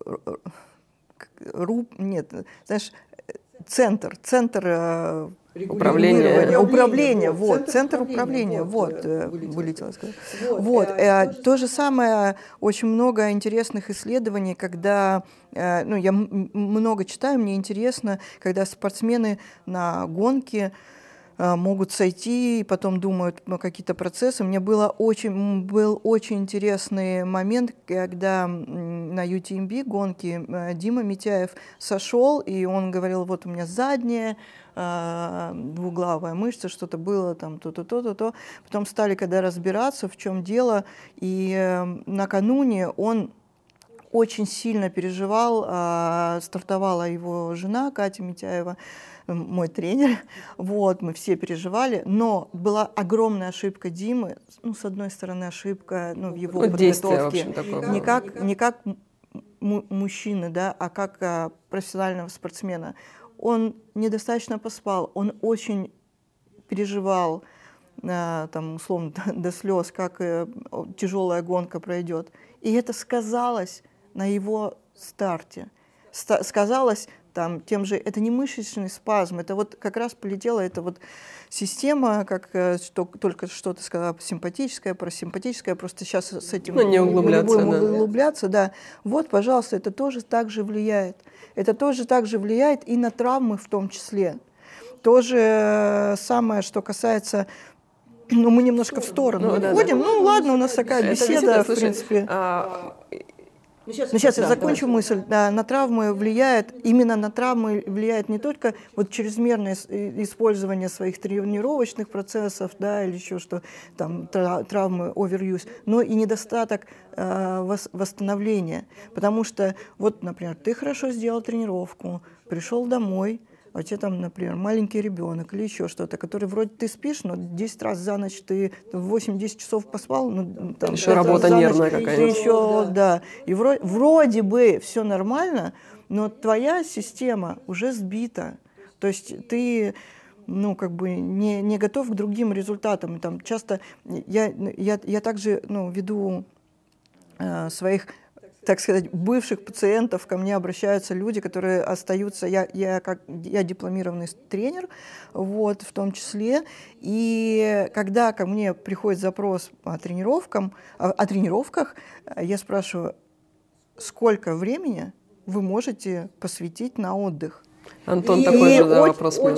знаешь, центр управления. Вот, центр управления, вылетело сказать. Вот, то же самое, очень много интересных исследований, когда, я много читаю, мне интересно, когда спортсмены на гонке могут сойти и потом думают какие-то процессы. Мне был очень интересный момент, когда на UTMB гонки Дима Митяев сошел, и он говорил, вот у меня задняя двуглавая мышца, что-то было там, то. Потом стали когда разбираться, в чем дело, и накануне он очень сильно переживал, стартовала его жена Катя Митяева, мой тренер, вот, мы все переживали, но была огромная ошибка Димы, с одной стороны ошибка, в его подготовке, не как мужчины, да, а как профессионального спортсмена. Он недостаточно поспал, он очень переживал, там, условно, до слез, как тяжелая гонка пройдет. И это сказалось на его старте. Сказалось там тем же, это не мышечный спазм, это вот как раз полетела эта вот система, как только что ты сказала, симпатическая, парасимпатическая, просто сейчас с этим не углубляться, да. Вот, пожалуйста, это тоже так же влияет. Это тоже так же влияет и на травмы в том числе. То же самое, что касается... мы немножко в сторону уходим. Ладно, у нас такая беседа, в принципе. Сейчас я закончу мысль. Да, на травмы влияет не только вот чрезмерное использование своих тренировочных процессов, да, или еще что, там, травмы, overuse, но и недостаток восстановления. Потому что, вот, например, ты хорошо сделал тренировку, пришел домой, а у тебя там, например, маленький ребенок или еще что-то, который вроде ты спишь, но 10 раз за ночь ты 8-10 часов поспал, там, еще работа нервная какая-нибудь. Еще, да. И вроде бы все нормально, но твоя система уже сбита. То есть ты не готов к другим результатам. Там часто я также веду своих, так сказать, бывших пациентов, ко мне обращаются люди, которые остаются, я дипломированный тренер, вот, в том числе, и когда ко мне приходит запрос о тренировках, я спрашиваю, сколько времени вы можете посвятить на отдых? Антон, такой же вопрос мне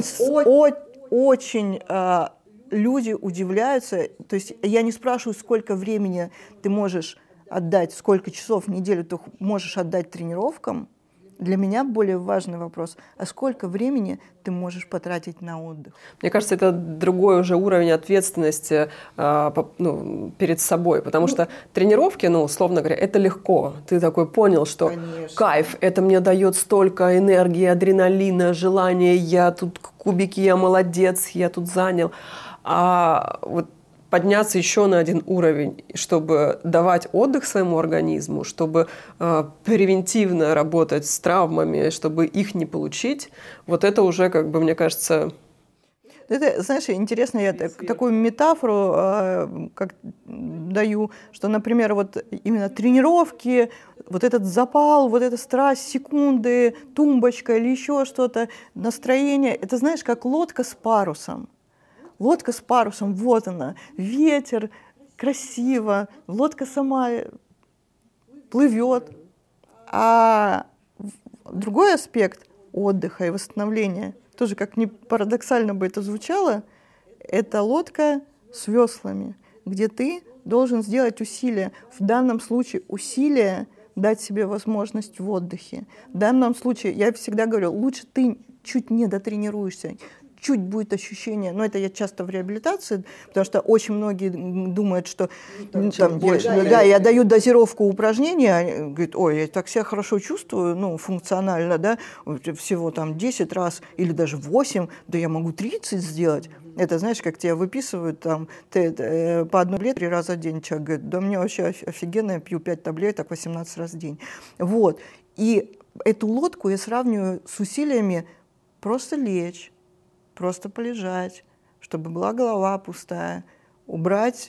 очень люди удивляются, то есть я не спрашиваю, сколько времени ты можешь отдать, сколько часов в неделю ты можешь отдать тренировкам. Для меня более важный вопрос, а сколько времени ты можешь потратить на отдых? Мне кажется, это другой уже уровень ответственности перед собой, потому что тренировки, условно говоря, это легко. Ты такой понял, что кайф, это мне дает столько энергии, адреналина, желания, я тут кубики, я молодец, я тут занял. А вот подняться еще на один уровень, чтобы давать отдых своему организму, чтобы превентивно работать с травмами, чтобы их не получить, вот это уже, мне кажется... Это, знаешь, интересно, я такую метафору даю, что, например, вот именно тренировки, вот этот запал, вот эта страсть, секунды, тумбочка или еще что-то, настроение, это, знаешь, как лодка с парусом. Лодка с парусом, вот она, ветер, красиво, лодка сама плывет. А другой аспект отдыха и восстановления, тоже как ни парадоксально бы это звучало, это лодка с веслами, где ты должен сделать усилия. В данном случае усилия дать себе возможность в отдыхе. В данном случае, я всегда говорю, лучше ты чуть не дотренируешься, чуть-чуть будет ощущение, но это я часто в реабилитации, потому что очень многие думают, что я даю дозировку упражнений, они говорят, ой, я так себя хорошо чувствую, ну, функционально, да, всего там 10 раз или даже 8, да я могу 30 сделать. Это, знаешь, как тебя выписывают там, по одной таблетке 3 раза в день. Человек говорит, да мне вообще офигенно, я пью 5 таблеток 18 раз в день. Вот. И эту лодку я сравниваю с усилиями просто лечь, просто полежать, чтобы была голова пустая, убрать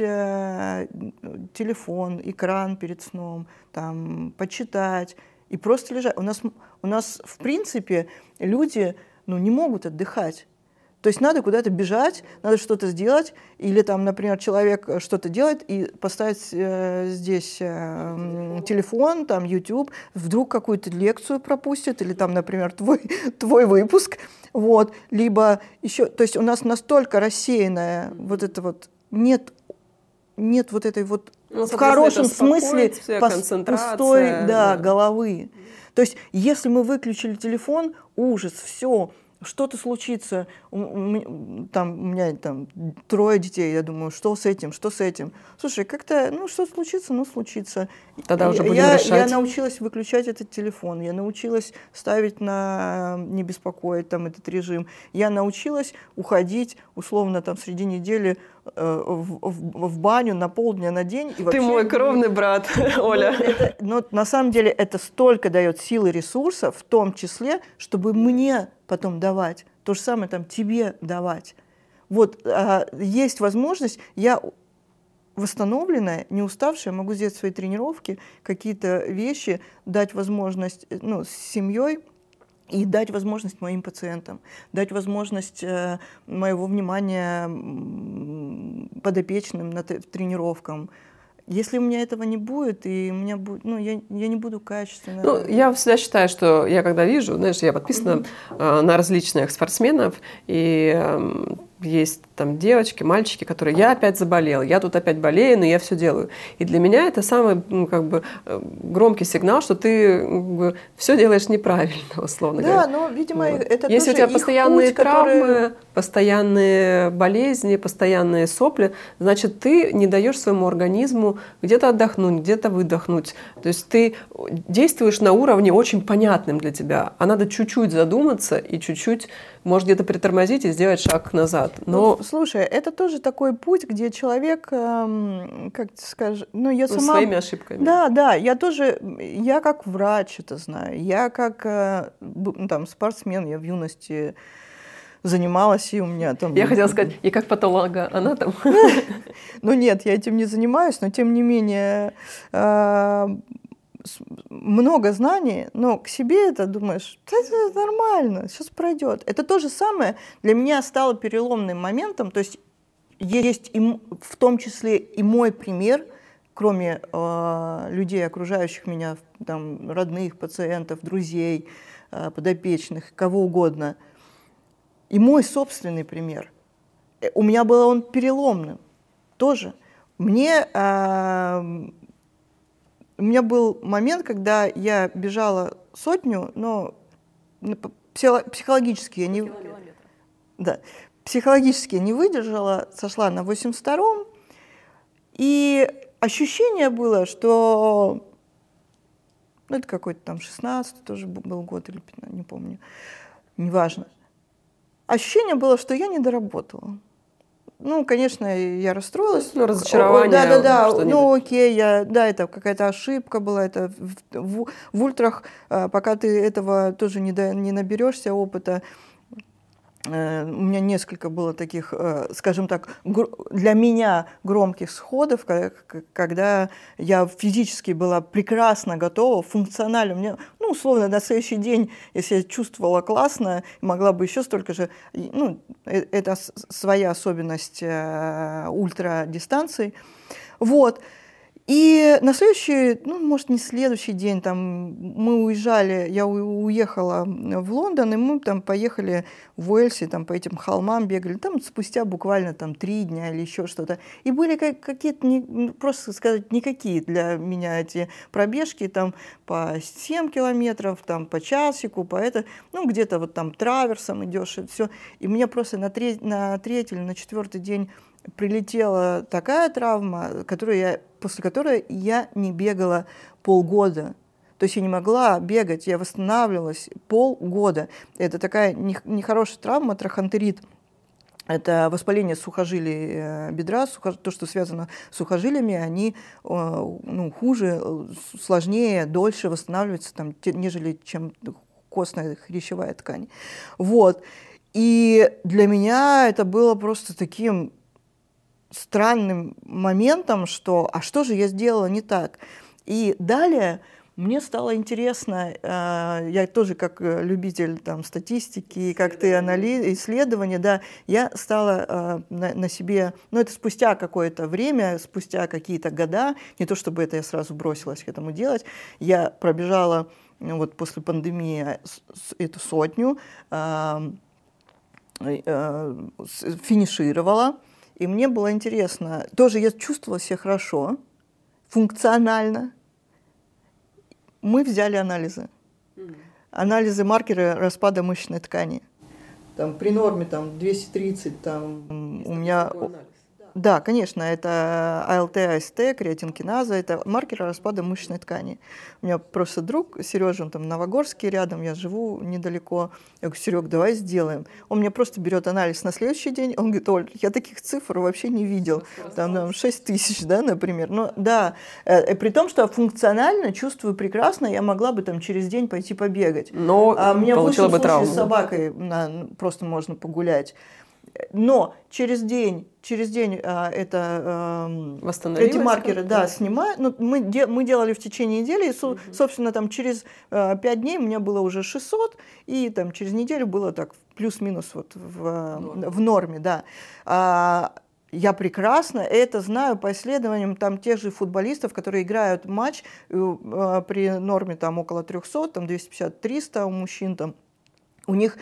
телефон, экран перед сном, там, почитать и просто лежать. У нас в принципе, люди не могут отдыхать. То есть надо куда-то бежать, надо что-то сделать, или там, например, человек что-то делает и поставить здесь телефон, там YouTube, вдруг какую-то лекцию пропустит, или там, например, твой выпуск, вот, либо еще, то есть у нас настолько рассеянная вот это вот, нет вот этой вот в хорошем смысле пустой головы. То есть если мы выключили телефон, ужас, все. Что-то случится, там, у меня там 3 детей, я думаю, что с этим? Слушай, как-то, что-то случится, случится. Тогда уже будем решать. Я научилась выключать этот телефон, я научилась ставить на не беспокоить там этот режим, я научилась уходить, условно, там, среди недели в баню на полдня, на день. И вообще, ты мой кровный брат, Оля. Но на самом деле это столько дает сил и ресурсов, в том числе, чтобы мне потом давать, то же самое там тебе давать. Вот есть возможность, я восстановленная, не уставшая, могу сделать свои тренировки, какие-то вещи, дать возможность с семьей и дать возможность моим пациентам, дать возможность моего внимания подопечным на тренировкам. Если у меня этого не будет, и у меня будет, я не буду качественно... Я всегда считаю, что я когда вижу, знаешь, я подписана на различных спортсменов, и есть там девочки, мальчики, которые я опять заболел, я тут опять болею, но я все делаю. И для меня это самый громкий сигнал, что ты все делаешь неправильно, условно говоря. Да, но, видимо, это если тоже у тебя постоянные путь, травмы, постоянные болезни, постоянные сопли, значит, ты не даешь своему организму где-то отдохнуть, где-то выдохнуть. То есть ты действуешь на уровне очень понятным для тебя, а надо чуть-чуть задуматься и чуть-чуть, может, где-то притормозить и сделать шаг назад. Но... слушай, это тоже такой путь, где человек, как ты скажешь, я сама... Своими ошибками. Да, я как врач это знаю, я как спортсмен, я в юности занималась, и у меня там... Я хотела сказать, и как патологоанатом. Нет, я этим не занимаюсь, но тем не менее много знаний, но к себе это думаешь, это нормально, сейчас пройдет. Это то же самое для меня стало переломным моментом, то есть есть в том числе и мой пример, кроме людей, окружающих меня, там, родных, пациентов, друзей, подопечных, кого угодно, и мой собственный пример. У меня был он переломным тоже. У меня был момент, когда я бежала 100, но психологически я не... Да, психологически не выдержала, сошла на 82-м, и ощущение было, что... это какой-то там 16-й тоже был год или 15, не помню, неважно. Ощущение было, что я не доработала. Конечно, я расстроилась. Разочарование. Да. Окей, это какая-то ошибка была. Это в ультрах, пока ты этого тоже не наберешься опыта. У меня несколько было таких, скажем так, для меня громких сходов, когда я физически была прекрасно готова, функционально. Мне, условно, на следующий день, если я чувствовала классно, могла бы еще столько же, это своя особенность ультрадистанций. Вот. И на следующий, ну, может, не следующий день, там, мы уезжали, я уехала в Лондон, и мы там поехали в Уэльсе, там, по этим холмам бегали, там, спустя буквально там 3 дня или еще что-то. И были какие-то, просто сказать, никакие для меня эти пробежки, там, по 7 километров, там, по часику, по это, ну, где-то вот там траверсом идешь, и все. И мне просто на третий или на 4-й день прилетела такая травма, после которой я не бегала полгода. То есть я не могла бегать, я восстанавливалась полгода. Это такая нехорошая травма, трахантерит. Это воспаление сухожилий бедра, то, что связано с сухожилиями, они хуже, сложнее, дольше восстанавливаются, там, нежели чем костная хрящевая ткань. Вот. И для меня это было просто таким странным моментом, что «а что же я сделала не так?». И далее мне стало интересно, я тоже как любитель там, статистики, как ты, исследования, да, я стала на себе, ну это спустя какое-то время, спустя какие-то года, не то чтобы это я сразу бросилась к этому делать, я пробежала вот после пандемии эту 100, финишировала. И мне было интересно, тоже я чувствовала себя хорошо, функционально. Мы взяли анализы. Анализы, маркеры распада мышечной ткани. Там, при норме там, 230, там, у меня... Да, конечно, это АЛТ, АСТ, креатинкиназа, это маркеры распада мышечной ткани. У меня просто друг, Сережа, он там Новогорский рядом, я живу недалеко. Я говорю, Серег, давай сделаем. Он мне просто берет анализ на следующий день, он говорит, Оль, я таких цифр вообще не видел. Там 6 тысяч, да, например. Но, да, при том, что функционально чувствую прекрасно, я могла бы там через день пойти побегать. Но меня получила бы травму. С собакой просто можно погулять. Но через день эти маркеры снимают. Ну, мы делали в течение недели, и, собственно, там, через 5 дней у меня было уже 600, и там, через неделю было так плюс-минус вот в норме. Да. Я прекрасно это знаю по исследованиям там, тех же футболистов, которые играют матч при норме там, около 300, там, 250-300 у мужчин, там, у них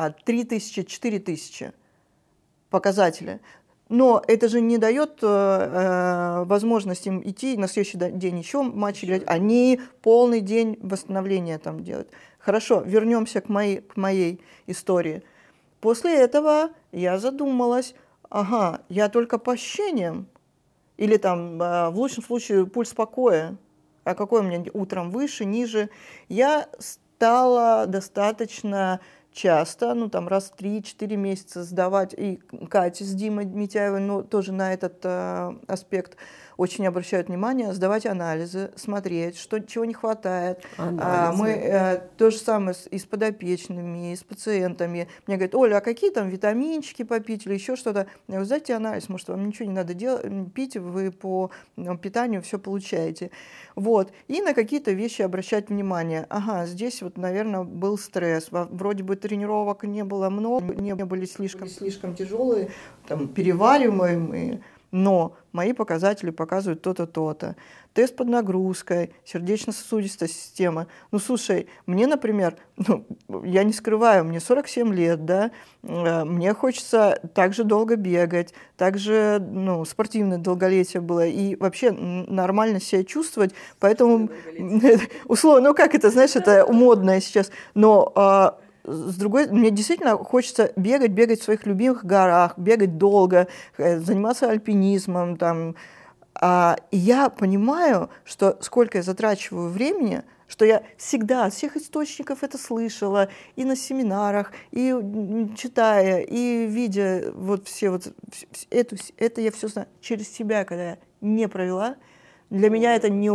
3000-4000 показателя. Но это же не дает возможности им идти на следующий день еще матч играть. Они полный день восстановления там делают. Хорошо, вернемся к моей истории. После этого я задумалась, я только по ощущениям. Или там в лучшем случае пульс покоя. А какой у меня утром выше, ниже. Я стала достаточно часто, ну там раз в 3-4 месяца сдавать, и Катя с Димой Митяевой, ну тоже на этот аспект очень обращают внимание, сдавать анализы, смотреть, чего не хватает. Мы то же самое и с подопечными, и с пациентами. Мне говорят, Оля, а какие там витаминчики попить или еще что-то? Я говорю, сдайте анализ, может, вам ничего не надо пить, вы по питанию все получаете. Вот. И на какие-то вещи обращать внимание. Здесь вот, наверное, был стресс. Вроде бы тренировок не было много, не были слишком тяжелые, там, перевариваемые. Но мои показатели показывают то-то, то-то. Тест под нагрузкой, сердечно-сосудистая система. Ну, слушай, мне, например, я не скрываю, мне 47 лет, да, мне хочется так же долго бегать, так же, спортивное долголетие было, и вообще нормально себя чувствовать, поэтому, условно, как это, знаешь, это модное сейчас, но... С другой, мне действительно хочется бегать в своих любимых горах, бегать долго, заниматься альпинизмом. Там. И я понимаю, что сколько я затрачиваю времени, что я всегда от всех источников это слышала, и на семинарах, и читая, и видя вот все вот это я все знаю через себя, когда я не провела. Для меня это не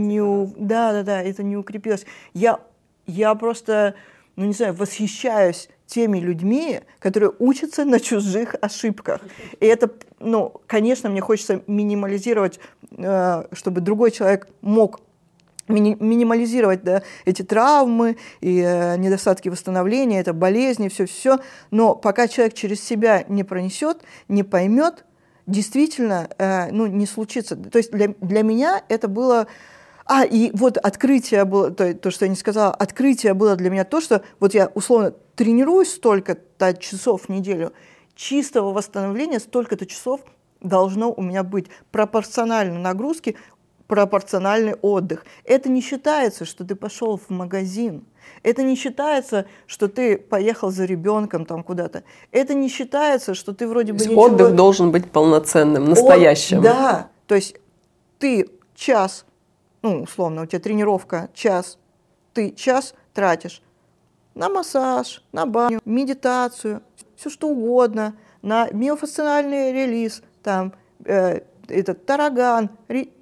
укрепилось. Я просто... восхищаюсь теми людьми, которые учатся на чужих ошибках. И это, конечно, мне хочется минимализировать, чтобы другой человек мог минимализировать, да, эти травмы и недостатки восстановления, это болезни, все. Но пока человек через себя не пронесет, не поймет, действительно не случится. То есть для меня это было... и вот открытие было, то, что я не сказала, открытие было для меня то, что вот я условно тренируюсь столько-то часов в неделю, чистого восстановления столько-то часов должно у меня быть. Пропорционально нагрузке, пропорциональный отдых. Это не считается, что ты пошел в магазин. Это не считается, что ты поехал за ребенком там куда-то. Это не считается, что ты вроде бы ничего... Отдых должен быть полноценным, настоящим. Да, то есть ты час, условно, у тебя тренировка час, ты час тратишь на массаж, на баню, медитацию, все что угодно, на миофасциальный релиз, там, этот тараган,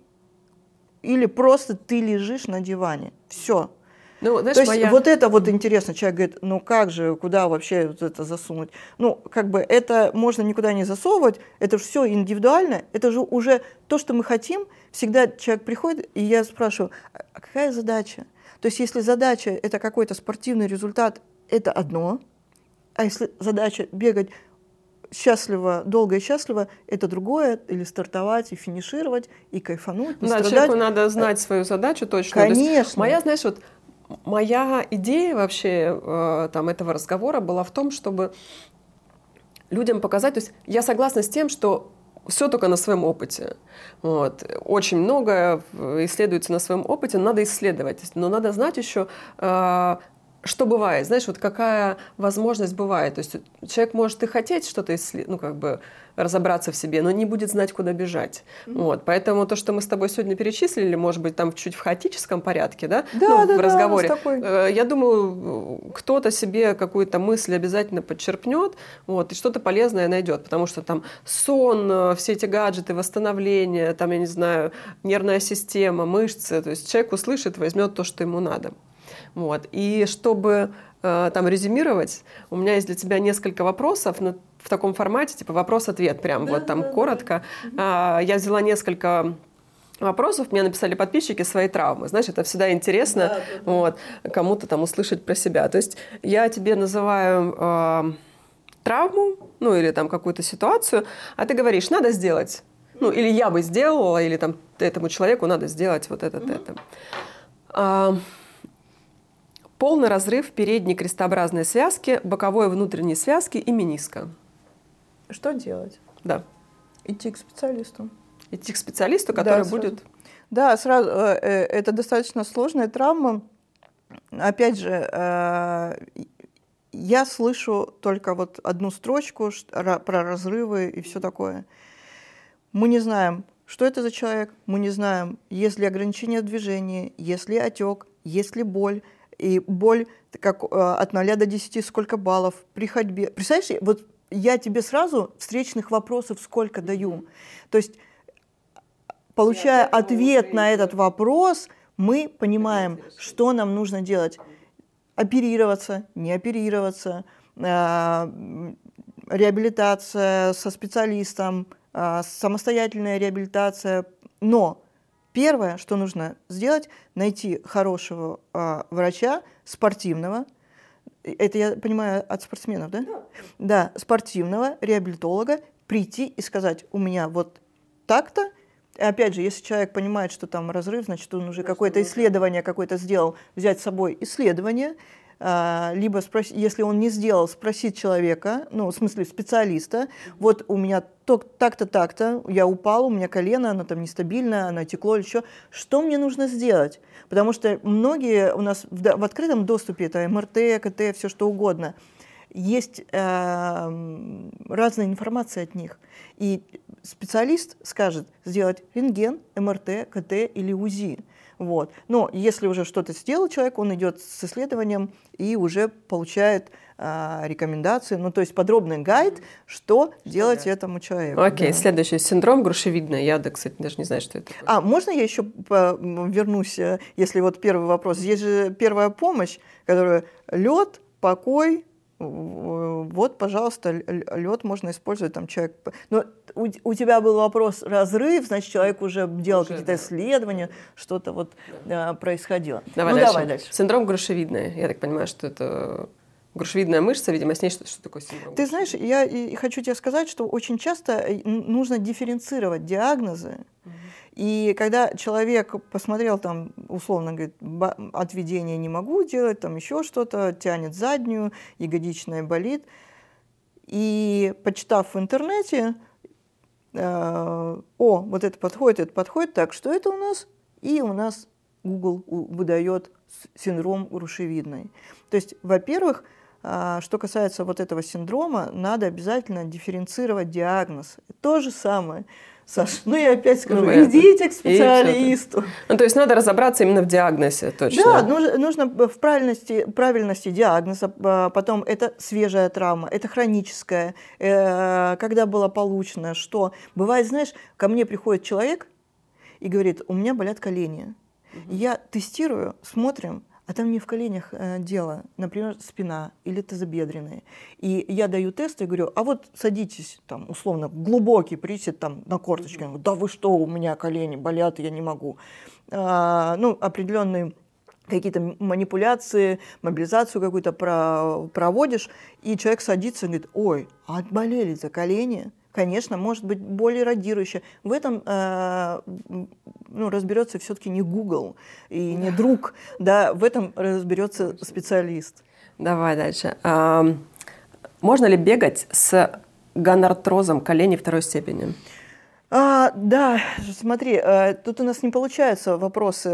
или просто ты лежишь на диване. Все. Ну, знаешь, то есть вот это вот интересно. Человек говорит, как же, куда вообще вот это засунуть? Это можно никуда не засовывать, это же все индивидуально, это же уже то, что мы хотим. Всегда человек приходит, и я спрашиваю, а какая задача? То есть если задача – это какой-то спортивный результат, это одно, а если задача бегать счастливо, долго и счастливо, это другое, или стартовать и финишировать, и кайфануть, не страдать. Человеку надо знать свою задачу точно. Конечно. Моя идея вообще этого разговора была в том, чтобы людям показать, то есть я согласна с тем, что все только на своем опыте. Очень многое исследуется на своем опыте, надо исследовать, но надо знать еще, что бывает, знаешь, какая возможность бывает. То есть человек может и хотеть что-то разобраться в себе, но не будет знать, куда бежать. Поэтому то, что мы с тобой сегодня перечислили, может быть, там чуть в хаотическом порядке, в разговоре. Я думаю, кто-то себе какую-то мысль обязательно подчерпнет, и что-то полезное найдет, потому что там сон, все эти гаджеты, восстановление, там, я не знаю, нервная система, мышцы, то есть человек услышит, возьмет то, что ему надо. И чтобы резюмировать, у меня есть для тебя несколько вопросов в таком формате, типа вопрос-ответ, коротко. Я взяла несколько вопросов, мне написали подписчики свои травмы. Знаешь, это всегда интересно кому-то услышать про себя. То есть я тебе называю травму, или какую-то ситуацию, а ты говоришь, надо сделать. Или я бы сделала, или этому человеку надо сделать вот это. Полный разрыв передней крестообразной связки, боковой внутренней связки и мениска. Что делать? Да. Идти к специалисту. Идти к специалисту, который будет... Да, сразу. Это достаточно сложная травма. Опять же, я слышу только одну строчку про разрывы и все такое. Мы не знаем, что это за человек, мы не знаем, есть ли ограничение в движении, есть ли отек, есть ли боль. И боль от 0 до 10 сколько баллов при ходьбе. Представляешь, я тебе сразу встречных вопросов сколько даю. То есть, получая ответ на этот вопрос, мы понимаем, что нам нужно делать. Оперироваться, не оперироваться, реабилитация со специалистом, самостоятельная реабилитация. Но первое, что нужно сделать, найти хорошего врача, спортивного. Это я понимаю от спортсменов, да? Да, спортивного реабилитолога, прийти и сказать, у меня вот так-то. И опять же, если человек понимает, что там разрыв, значит, он уже какое-то исследование какое-то сделал, взять с собой исследование, либо спросить, если он не сделал, спросить человека, в смысле специалиста, вот у меня так-то, так-то, я упал, у меня колено, оно там нестабильно, оно текло или еще, что мне нужно сделать? Потому что многие у нас в открытом доступе, это МРТ, КТ, все что угодно, есть разная информация от них. И специалист скажет сделать рентген, МРТ, КТ или УЗИ. Но если уже что-то сделал человек, он идет с исследованием и уже получает рекомендации, то есть подробный гайд, что делать этому человеку. Окей, следующий синдром грушевидной. Я, кстати, даже не знаю, что это такое. Можно я еще вернусь, если первый вопрос. Есть же первая помощь, которая лед, покой. Пожалуйста, лед можно использовать, человек. Но у тебя был вопрос разрыв, значит, человек уже делал какие-то исследования, что-то происходило. Давай дальше. Синдром грушевидной. Я так понимаю, что это грушевидная мышца, видимо, с ней что такое синдром? Ты знаешь, я и хочу тебе сказать, что очень часто нужно дифференцировать диагнозы. И когда человек посмотрел, там, условно говорит, отведение не могу делать, там еще что-то, тянет заднюю, ягодичная болит, и почитав в интернете, вот это подходит, так, что это у нас? И у нас Google выдает синдром грушевидной. То есть, во-первых, что касается вот этого синдрома, надо обязательно дифференцировать диагноз. То же самое. Саш, я опять скажу, идите к специалисту. То есть надо разобраться именно в диагнозе, точно. Да, нужно в правильности диагноза, потом это свежая травма, это хроническая, когда было получено, что бывает, знаешь, ко мне приходит человек и говорит, у меня болят колени. Я тестирую, смотрим, а там не в коленях дело, например, спина или тазобедренные. И я даю тест и говорю, а вот садитесь, там, условно, глубокий присед там, на корточке. Он говорит, да вы что, у меня колени болят, я не могу. Определенные какие-то манипуляции, мобилизацию какую-то проводишь, и человек садится и говорит, ой, отболели-то колени. Конечно, может быть более радирующее. В этом разберется все-таки не Google и не друг, да, в этом разберется специалист. Давай дальше. Можно ли бегать с гонартрозом коленей второй степени? Да, смотри, тут у нас не получаются вопросы,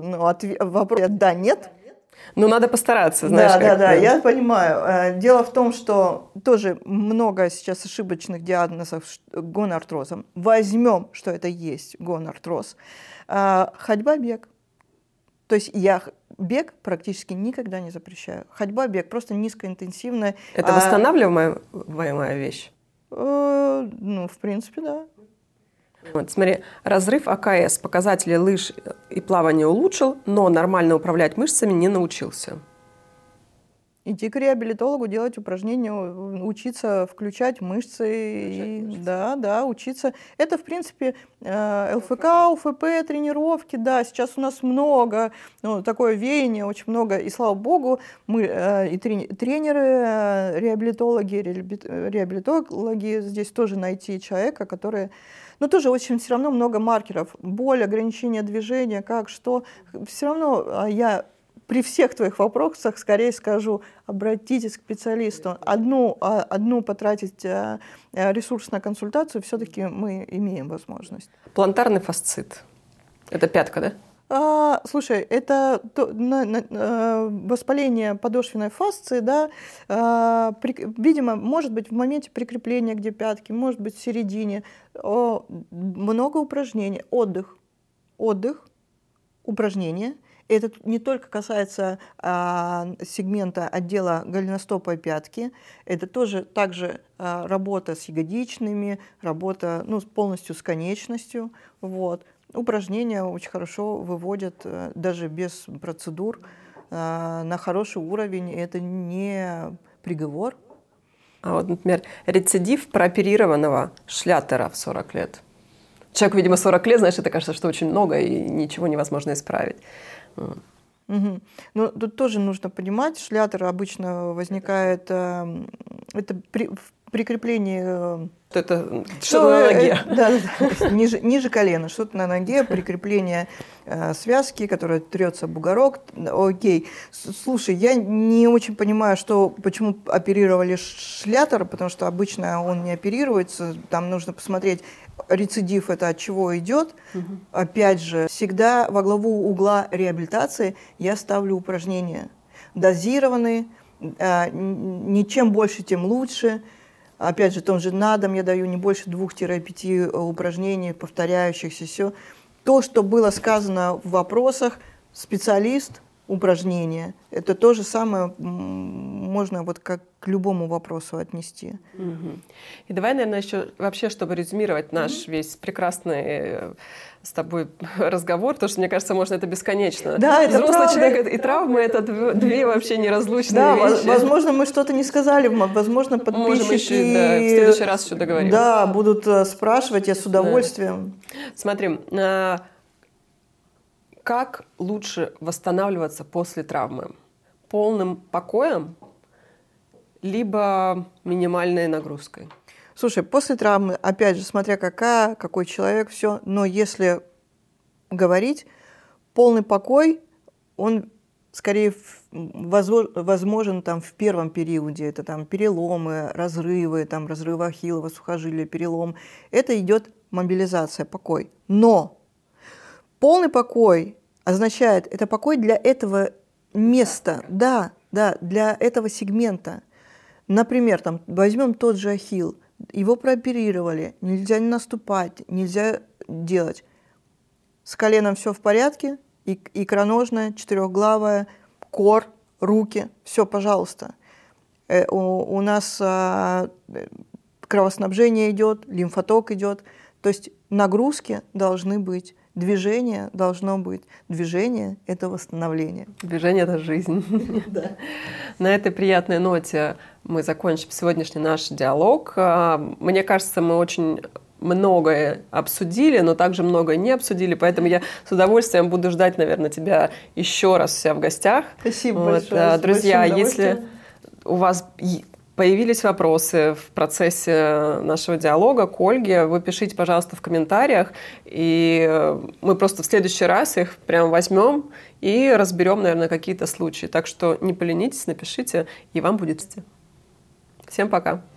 да, нет. Надо постараться, знаешь. Да, я понимаю. Дело в том, что тоже много сейчас ошибочных диагнозов гонартрозом. Возьмем, что это есть гонартроз. Ходьба, бег. То есть я бег практически никогда не запрещаю. Ходьба, бег просто низкоинтенсивная. Это восстанавливаемая вещь? В принципе, да. Вот, смотри, разрыв АКС, показатели лыж и плавания улучшил, но нормально управлять мышцами не научился. Идти к реабилитологу, делать упражнения, учиться включать мышцы. Да, учиться. Это, в принципе, ЛФК, УФП, тренировки. Да, сейчас у нас много, такое веяние, очень много. И слава богу, мы и тренеры, реабилитологи, здесь тоже найти человека, который... тоже очень все равно много маркеров. Боль, ограничение движения, как, что. Все равно я при всех твоих вопросах скорее скажу, обратитесь к специалисту. Одну потратить ресурс на консультацию все-таки мы имеем возможность. Плантарный фасцит. Это пятка, да? Слушай, это воспаление подошвенной фасции, да, видимо, может быть в моменте прикрепления, где пятки, может быть в середине. Много упражнений, отдых, упражнения. Это не только касается сегмента отдела голеностопа и пятки, это также работа с ягодичными, работа полностью с конечностью. Вот. Упражнения очень хорошо выводят даже без процедур на хороший уровень. Это не приговор. А вот, например, рецидив прооперированного шлятера в 40 лет. Человеку, видимо, 40 лет, знаешь, это кажется, что очень много и ничего невозможно исправить. Угу. Тут тоже нужно понимать, шлятер обычно возникает это прикрепление... Это что-то на ноге. Да, ниже колена, что-то на ноге, прикрепление связки, которая трется бугорок. Окей. Слушай, я не очень понимаю, почему оперировали шлятер, потому что обычно он не оперируется. Там нужно посмотреть, рецидив это от чего идет. Опять же, всегда во главу угла реабилитации я ставлю упражнения. Дозированные, ничем больше, тем лучше. Опять же, том же на дом я даю не больше 2-5 упражнений, повторяющихся, все. То, что было сказано в вопросах, специалист, упражнения, это то же самое можно как к любому вопросу отнести. И давай, наверное, еще вообще, чтобы резюмировать наш весь прекрасный с тобой разговор, потому что, мне кажется, можно это бесконечно. Да, это взрослый человек и травмы — это две вообще неразлучные вещи. Да, возможно, мы что-то не сказали, возможно, подписчики... Можем еще, в следующий раз еще договорим. Да, будут спрашивать, я с удовольствием. Да. Смотри, как лучше восстанавливаться после травмы? Полным покоем либо минимальной нагрузкой? Слушай, после травмы, опять же, смотря какой человек, все, но если говорить, полный покой, он скорее возможен там в первом периоде. Это там переломы, разрывы ахиллова сухожилия, перелом. Это идет мобилизация, покой. Но полный покой означает, это покой для этого места, да, для этого сегмента. Например, там, возьмем тот же ахилл, его прооперировали, нельзя не наступать, нельзя делать. С коленом все в порядке, икроножная, четырехглавая, кор, руки, все, пожалуйста. У нас кровоснабжение идет, лимфоток идет, то есть нагрузки должны быть. Движение должно быть. Движение – это восстановление. Движение – это жизнь. На этой приятной ноте мы закончим сегодняшний наш диалог. Мне кажется, мы очень многое обсудили, но также многое не обсудили, поэтому я с удовольствием буду ждать, наверное, тебя еще раз у себя в гостях. Спасибо большое. Друзья, если у вас появились вопросы в процессе нашего диалога к Ольге, вы пишите, пожалуйста, в комментариях, и мы просто в следующий раз их прям возьмем и разберем, наверное, какие-то случаи. Так что не поленитесь, напишите, и вам будет. Всем пока!